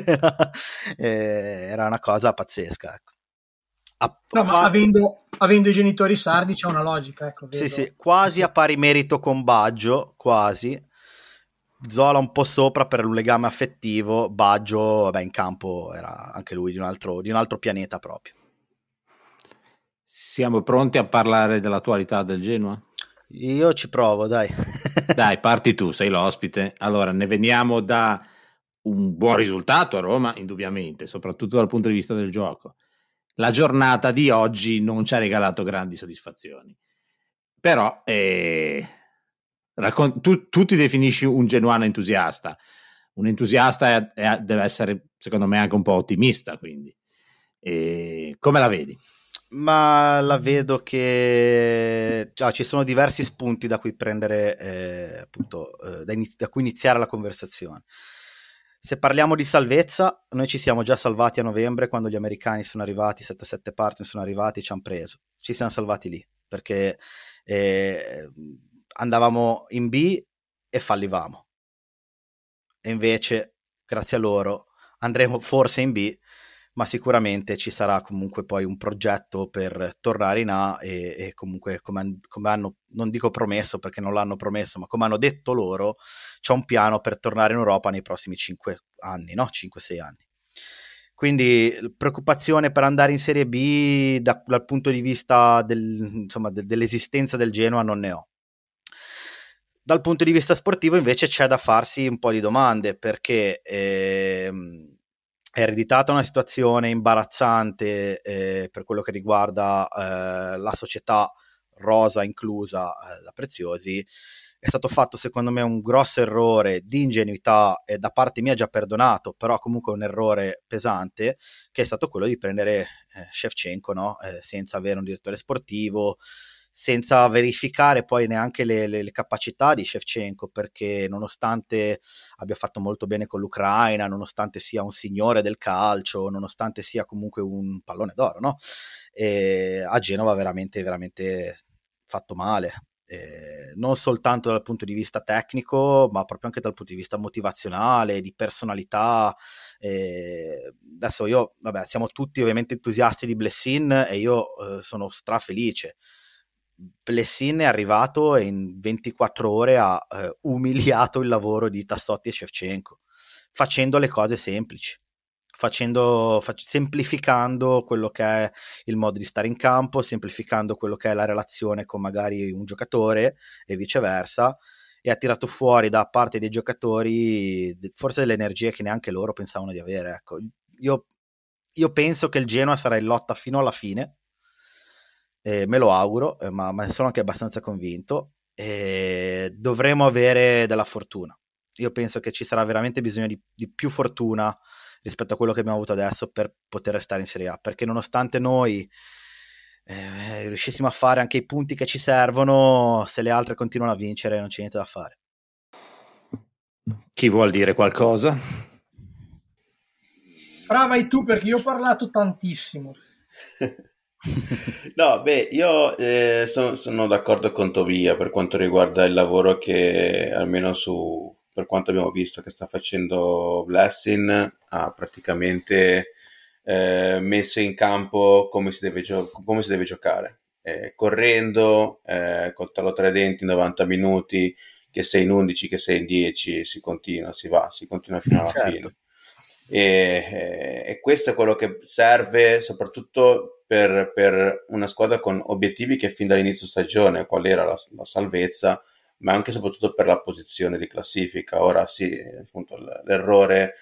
era una cosa pazzesca, ecco. No, ma avendo i genitori sardi c'è una logica, ecco. Sì, sì, quasi a pari merito con Baggio, quasi. Zola un po' sopra per un legame affettivo, Baggio, vabbè, in campo era anche lui di un altro pianeta proprio. Siamo pronti a parlare dell'attualità del Genoa? Io ci provo, dai. Dai, parti tu, sei l'ospite. Allora, ne veniamo da un buon risultato a Roma, indubbiamente, soprattutto dal punto di vista del gioco. La giornata di oggi non ci ha regalato grandi soddisfazioni, però tu ti definisci un genuano entusiasta. Un entusiasta deve essere, secondo me, anche un po' ottimista, quindi. Come la vedi? Ma la vedo che ci sono diversi spunti da cui prendere, appunto, da cui iniziare la conversazione. Se parliamo di salvezza, noi ci siamo già salvati a novembre, quando gli americani sono arrivati, 7-7 partner sono arrivati, ci hanno preso. Ci siamo salvati lì, perché andavamo in B e fallivamo. E invece grazie a loro andremo forse in B, ma sicuramente ci sarà comunque poi un progetto per tornare in A e comunque come hanno, non dico promesso perché non l'hanno promesso, ma come hanno detto loro, c'è un piano per tornare in Europa nei prossimi 5 anni, no? 5-6 anni. Quindi preoccupazione per andare in Serie B dal punto di vista dell'esistenza del Genoa non ne ho. Dal punto di vista sportivo invece c'è da farsi un po' di domande, perché è ereditata una situazione imbarazzante per quello che riguarda la società rosa inclusa da Preziosi. È stato fatto secondo me un grosso errore di ingenuità, da parte mia già perdonato, però comunque un errore pesante, che è stato quello di prendere Shevchenko, no? Senza avere un direttore sportivo, senza verificare poi neanche le capacità di Shevchenko, perché nonostante abbia fatto molto bene con l'Ucraina, nonostante sia un signore del calcio, nonostante sia comunque un pallone d'oro, no? A Genova veramente, veramente fatto male. Non soltanto dal punto di vista tecnico, ma proprio anche dal punto di vista motivazionale, di personalità. Adesso siamo tutti ovviamente entusiasti di Blessin e io sono strafelice. Blessin è arrivato e in 24 ore ha umiliato il lavoro di Tassotti e Shevchenko, facendo le cose semplici, semplificando quello che è il modo di stare in campo, semplificando quello che è la relazione con magari un giocatore e viceversa, e ha tirato fuori da parte dei giocatori forse delle energie che neanche loro pensavano di avere. Ecco, io penso che il Genoa sarà in lotta fino alla fine, me lo auguro, ma sono anche abbastanza convinto. Dovremo avere della fortuna. Io penso che ci sarà veramente bisogno di più fortuna rispetto a quello che abbiamo avuto adesso per poter restare in Serie A, perché nonostante noi riuscissimo a fare anche i punti che ci servono, se le altre continuano a vincere non c'è niente da fare. Chi vuol dire qualcosa? Fra, vai tu, perché io ho parlato tantissimo. No, beh, io sono d'accordo con Tobia per quanto riguarda il lavoro che, almeno per quanto abbiamo visto che sta facendo Blessing, ha praticamente messo in campo come si deve giocare, correndo, coltello tra i denti, 90 minuti, che sei in 11, che sei in 10, si continua fino alla fine. E questo è quello che serve soprattutto per una squadra con obiettivi che fin dall'inizio stagione, qual era la salvezza, ma anche e soprattutto per la posizione di classifica. Ora sì, appunto, l'errore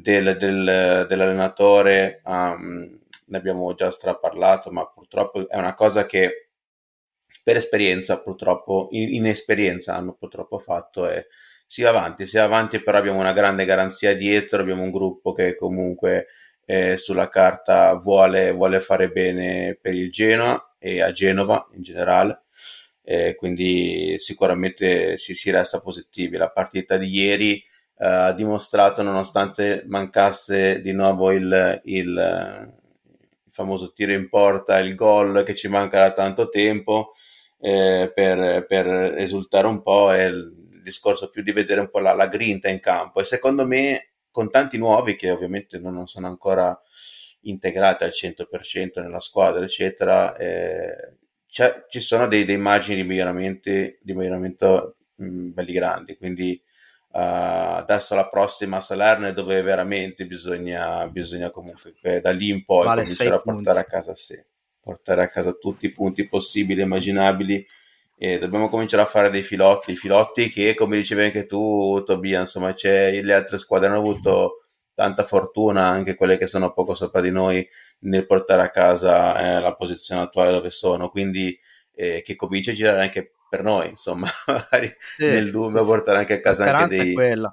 dell'allenatore, ne abbiamo già straparlato, ma purtroppo è una cosa che per esperienza, purtroppo, inesperienza hanno purtroppo fatto, e si va avanti, però abbiamo una grande garanzia dietro, abbiamo un gruppo che comunque sulla carta vuole fare bene per il Genoa e a Genova in generale, quindi sicuramente si resta positivi. La partita di ieri ha dimostrato, nonostante mancasse di nuovo il famoso tiro in porta, il gol che ci manca da tanto tempo, per esultare un po', è il discorso più di vedere un po' la grinta in campo, e secondo me con tanti nuovi che ovviamente non sono ancora integrati al 100% nella squadra eccetera, ci sono dei margini di miglioramento belli grandi, quindi adesso la prossima Salerno, dove veramente bisogna comunque da lì in poi cominciare a portare a casa tutti i punti possibili e immaginabili, e dobbiamo cominciare a fare dei filotti che, come dicevi anche tu Tobia, insomma le altre squadre hanno avuto tanta fortuna, anche quelle che sono poco sopra di noi, nel portare a casa la posizione attuale dove sono, quindi che comincia a girare anche per noi, insomma, magari nel dubbio portare anche a casa anche dei... Quella.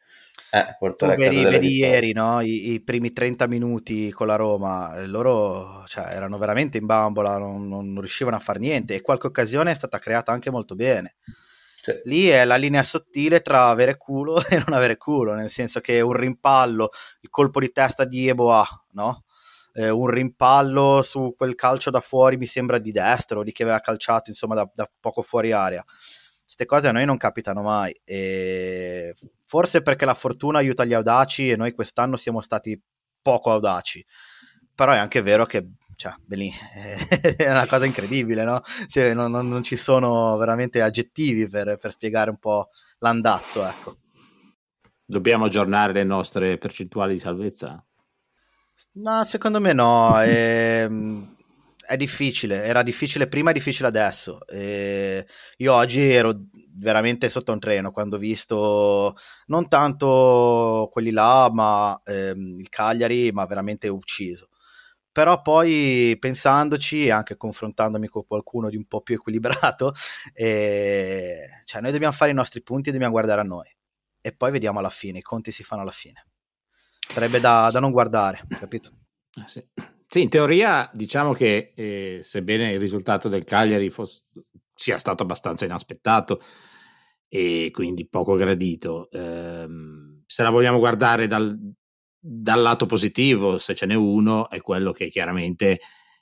Tu vedi ieri, no? I primi 30 minuti con la Roma, loro erano veramente in bambola, non riuscivano a fare niente, e qualche occasione è stata creata anche molto bene. Sì. Lì è la linea sottile tra avere culo e non avere culo, nel senso che un rimpallo, il colpo di testa di Eboa, no? Un rimpallo su quel calcio da fuori, mi sembra di destro, di chi aveva calciato insomma da poco fuori area. Queste cose a noi non capitano mai, e forse perché la fortuna aiuta gli audaci e noi quest'anno siamo stati poco audaci, però è anche vero che Belin, è una cosa incredibile, no? Cioè, non ci sono veramente aggettivi per spiegare un po' l'andazzo, ecco. Dobbiamo aggiornare le nostre percentuali di salvezza? No, secondo me no, è difficile, era difficile prima, è difficile adesso. Io oggi ero veramente sotto un treno quando ho visto non tanto quelli là, ma il Cagliari, ma veramente ucciso. Però poi pensandoci e anche confrontandomi con qualcuno di un po' più equilibrato, cioè noi dobbiamo fare i nostri punti e dobbiamo guardare a noi. E poi vediamo alla fine, i conti si fanno alla fine. Sarebbe da non guardare, capito? Sì. Sì, in teoria diciamo che sebbene il risultato del Cagliari sia stato abbastanza inaspettato e quindi poco gradito, se la vogliamo guardare dal lato positivo, se ce n'è uno, è quello che chiaramente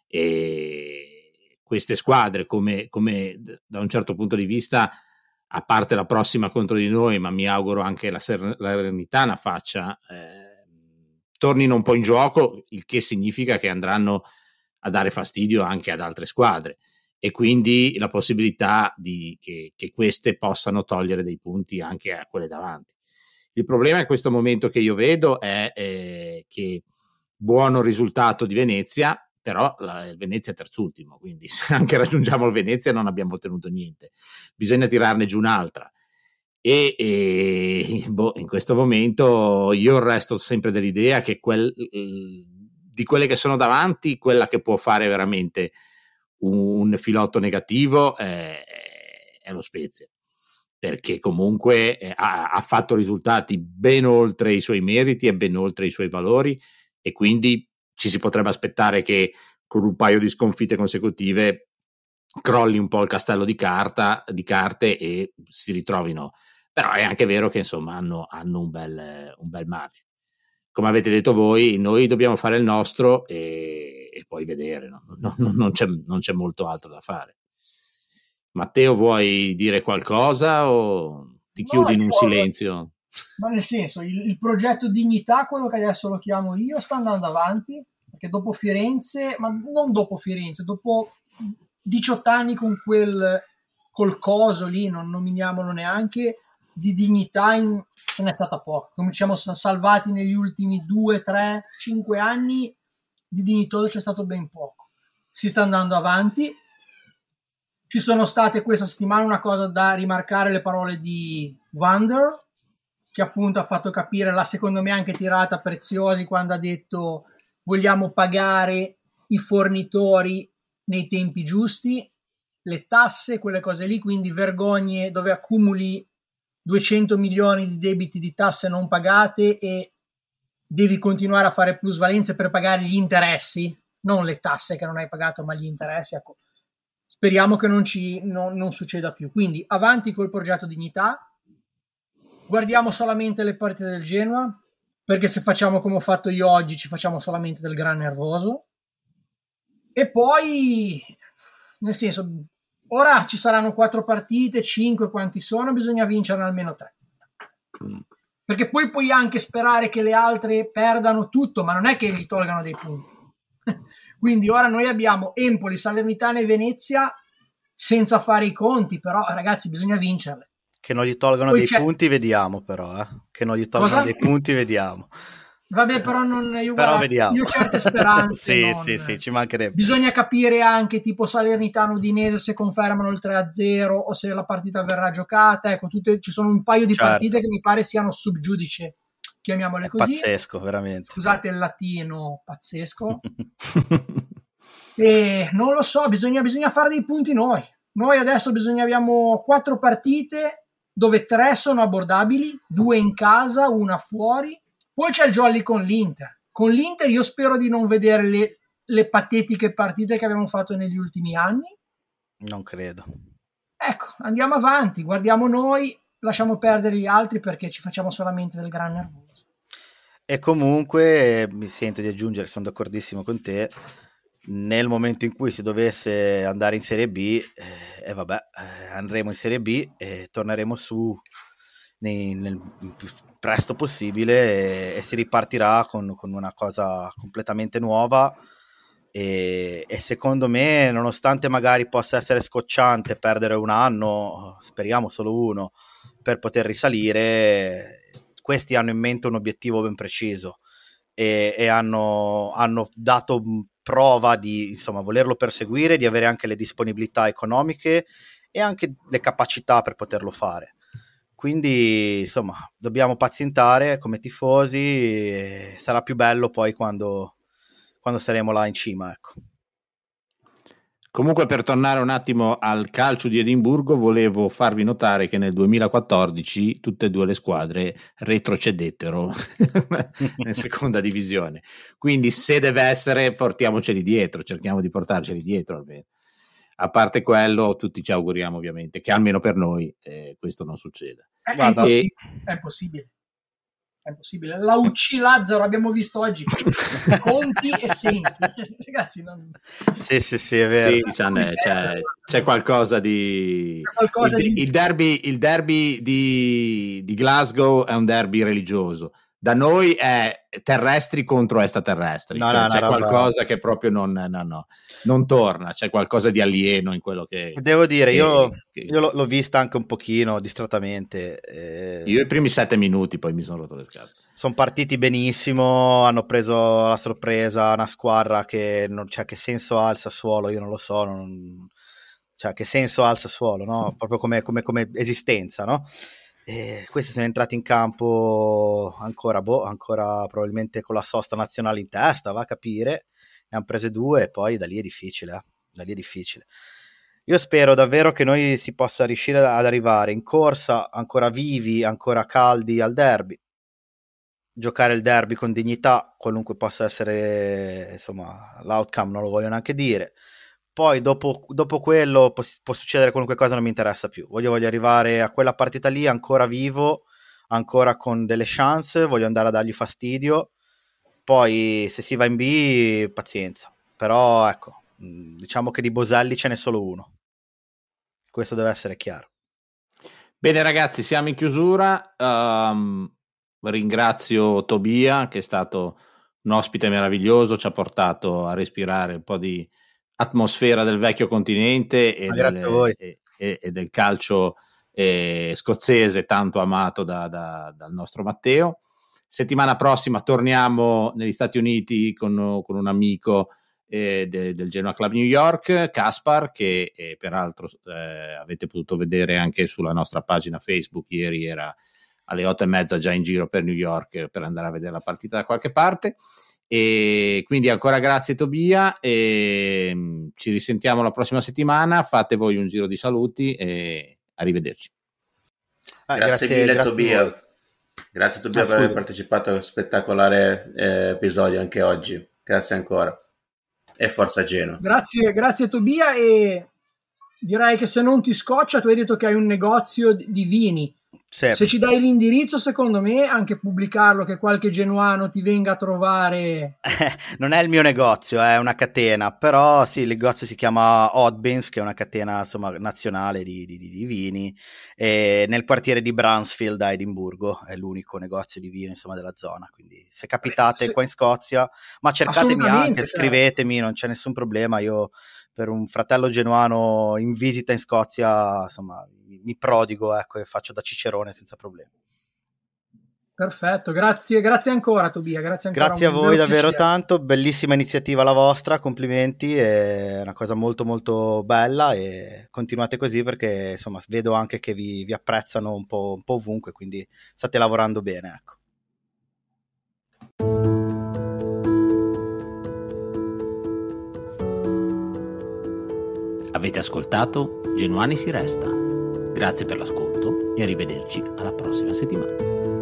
queste squadre come da un certo punto di vista, a parte la prossima contro di noi, ma mi auguro anche la Salernitana faccia, tornino un po' in gioco, il che significa che andranno a dare fastidio anche ad altre squadre e quindi la possibilità che queste possano togliere dei punti anche a quelle davanti. Il problema in questo momento che io vedo è che buono risultato di Venezia, però Venezia è terzultimo, quindi se anche raggiungiamo il Venezia non abbiamo ottenuto niente, bisogna tirarne giù un'altra. In questo momento io resto sempre dell'idea che di quelle che sono davanti, quella che può fare veramente un filotto negativo è lo Spezia, perché comunque ha fatto risultati ben oltre i suoi meriti e ben oltre i suoi valori, e quindi ci si potrebbe aspettare che con un paio di sconfitte consecutive crolli un po' il castello di carte e si ritrovino. Però è anche vero che insomma hanno un bel margine. Come avete detto voi, noi dobbiamo fare il nostro e poi vedere, no? Non c'è molto altro da fare. Matteo, vuoi dire qualcosa o ti chiudi in un silenzio? Ma nel senso, il progetto Dignità, quello che adesso lo chiamo io, sta andando avanti, perché dopo Firenze, ma non dopo Firenze, dopo 18 anni col coso lì, non nominiamolo neanche, di dignità ce n'è stata poco. Come ci siamo salvati negli ultimi 2, 3, 5 anni, di dignitoso c'è stato ben poco. Si sta andando avanti. Ci sono state questa settimana, una cosa da rimarcare, le parole di Wander, che appunto ha fatto capire secondo me anche tirata Preziosi quando ha detto vogliamo pagare i fornitori nei tempi giusti, le tasse, quelle cose lì, quindi vergogne dove accumuli 200 milioni di debiti di tasse non pagate e devi continuare a fare plusvalenze per pagare gli interessi, non le tasse che non hai pagato ma gli interessi, ecco. Speriamo che non succeda più. Quindi avanti col progetto Dignità, guardiamo solamente le partite del Genoa, perché se facciamo come ho fatto io oggi ci facciamo solamente del gran nervoso, e poi nel senso ora ci saranno 4 partite, 5 quanti sono, bisogna vincerne almeno 3, perché poi puoi anche sperare che le altre perdano tutto, ma non è che gli tolgano dei punti. Quindi ora noi abbiamo Empoli, Salernitana e Venezia senza fare i conti, però ragazzi bisogna vincerle. Che non gli tolgano poi dei punti, vediamo però, che non gli tolgano dei punti, vediamo. Vabbè, però io certe speranze sì, ci mancherebbe. Bisogna capire anche tipo Salernitano Udinese se confermano il 3-0 o se la partita verrà giocata. Ecco, ci sono un paio di partite che mi pare siano sub giudice, chiamiamole così. Pazzesco, veramente. Scusate il latino, pazzesco. E non lo so, bisogna fare dei punti noi. Noi adesso abbiamo 4 partite dove 3 sono abbordabili, 2 in casa, 1 fuori. Poi c'è il jolly con l'Inter. Con l'Inter io spero di non vedere le patetiche partite che abbiamo fatto negli ultimi anni. Non credo. Ecco, andiamo avanti, guardiamo noi, lasciamo perdere gli altri perché ci facciamo solamente del gran nervoso. E comunque mi sento di aggiungere, sono d'accordissimo con te, nel momento in cui si dovesse andare in Serie B, andremo in Serie B e torneremo su nel più presto possibile, e si ripartirà con una cosa completamente nuova. E secondo me, nonostante magari possa essere scocciante perdere un anno, speriamo solo uno, per poter risalire, questi hanno in mente un obiettivo ben preciso e hanno dato prova di, insomma, volerlo perseguire, di avere anche le disponibilità economiche e anche le capacità per poterlo fare. Quindi, insomma, dobbiamo pazientare come tifosi, e sarà più bello poi quando saremo là in cima, ecco. Comunque, per tornare un attimo al calcio di Edimburgo, volevo farvi notare che nel 2014 tutte e due le squadre retrocedettero in seconda divisione. Quindi, se deve essere, portiamoceli dietro, cerchiamo di portarceli dietro almeno. A parte quello, tutti ci auguriamo ovviamente che almeno per noi questo non succeda. Guarda, è impossibile. È impossibile. La UC Lazzaro abbiamo visto oggi Conti e Sensi, ragazzi. Sì, è vero. Sì, c'è qualcosa di. Il derby di Glasgow è un derby religioso. Da noi è terrestri contro extraterrestri. C'è qualcosa che proprio non torna. C'è qualcosa di alieno in quello che. Devo dire, io l'ho vista anche un pochino distrattamente. Io i primi 7 minuti, poi mi sono rotto le scatole. Sono partiti benissimo, hanno preso la sorpresa, una squadra che che senso ha il Sassuolo, io non lo so, che senso ha il Sassuolo, no? Proprio come esistenza, no? E questi sono entrati in campo ancora probabilmente con la sosta nazionale in testa, va a capire, ne hanno prese 2 e poi da lì è difficile. Io spero davvero che noi si possa riuscire ad arrivare in corsa ancora vivi, ancora caldi al derby, giocare il derby con dignità, qualunque possa essere, insomma, l'outcome non lo voglio neanche dire. Poi dopo quello può succedere qualunque cosa, non mi interessa più. Voglio arrivare a quella partita lì ancora vivo, ancora con delle chance, voglio andare a dargli fastidio. Poi se si va in B, pazienza. Però ecco, diciamo che di Boselli ce n'è solo uno. Questo deve essere chiaro. Bene ragazzi, siamo in chiusura. Ringrazio Tobia, che è stato un ospite meraviglioso, ci ha portato a respirare un po' di atmosfera del vecchio continente e del calcio scozzese tanto amato dal nostro Matteo. Settimana prossima torniamo negli Stati Uniti con un amico del Genoa Club New York, Kaspar, che peraltro avete potuto vedere anche sulla nostra pagina Facebook. Ieri era alle 8:30 già in giro per New York per andare a vedere la partita da qualche parte. E quindi ancora grazie Tobia, e ci risentiamo la prossima settimana. Fate voi un giro di saluti e arrivederci. Grazie mille Tobia. Grazie Tobia per aver partecipato a un spettacolare episodio anche oggi. Grazie ancora e forza Genoa. Grazie Tobia, e direi che se non ti scoccia, tu hai detto che hai un negozio di vini. Sì. Se ci dai l'indirizzo, secondo me anche pubblicarlo, che qualche genuano ti venga a trovare. Non è il mio negozio, è una catena, però sì, il negozio si chiama Oddbins, che è una catena, insomma, nazionale di vini, e nel quartiere di Bransfield a Edimburgo è l'unico negozio di vino, insomma, della zona. Quindi se capitate qua in Scozia, ma cercatemi anche, scrivetemi, non c'è nessun problema. Io per un fratello genuano in visita in Scozia, insomma, mi prodigo, ecco, e faccio da cicerone senza problemi. Perfetto, grazie ancora Tobia, grazie a voi davvero tanto, bellissima iniziativa la vostra, complimenti, è una cosa molto molto bella, e continuate così, perché insomma vedo anche che vi apprezzano un po' ovunque, quindi state lavorando bene, ecco. Avete ascoltato Genuani si resta. Grazie per l'ascolto e arrivederci alla prossima settimana.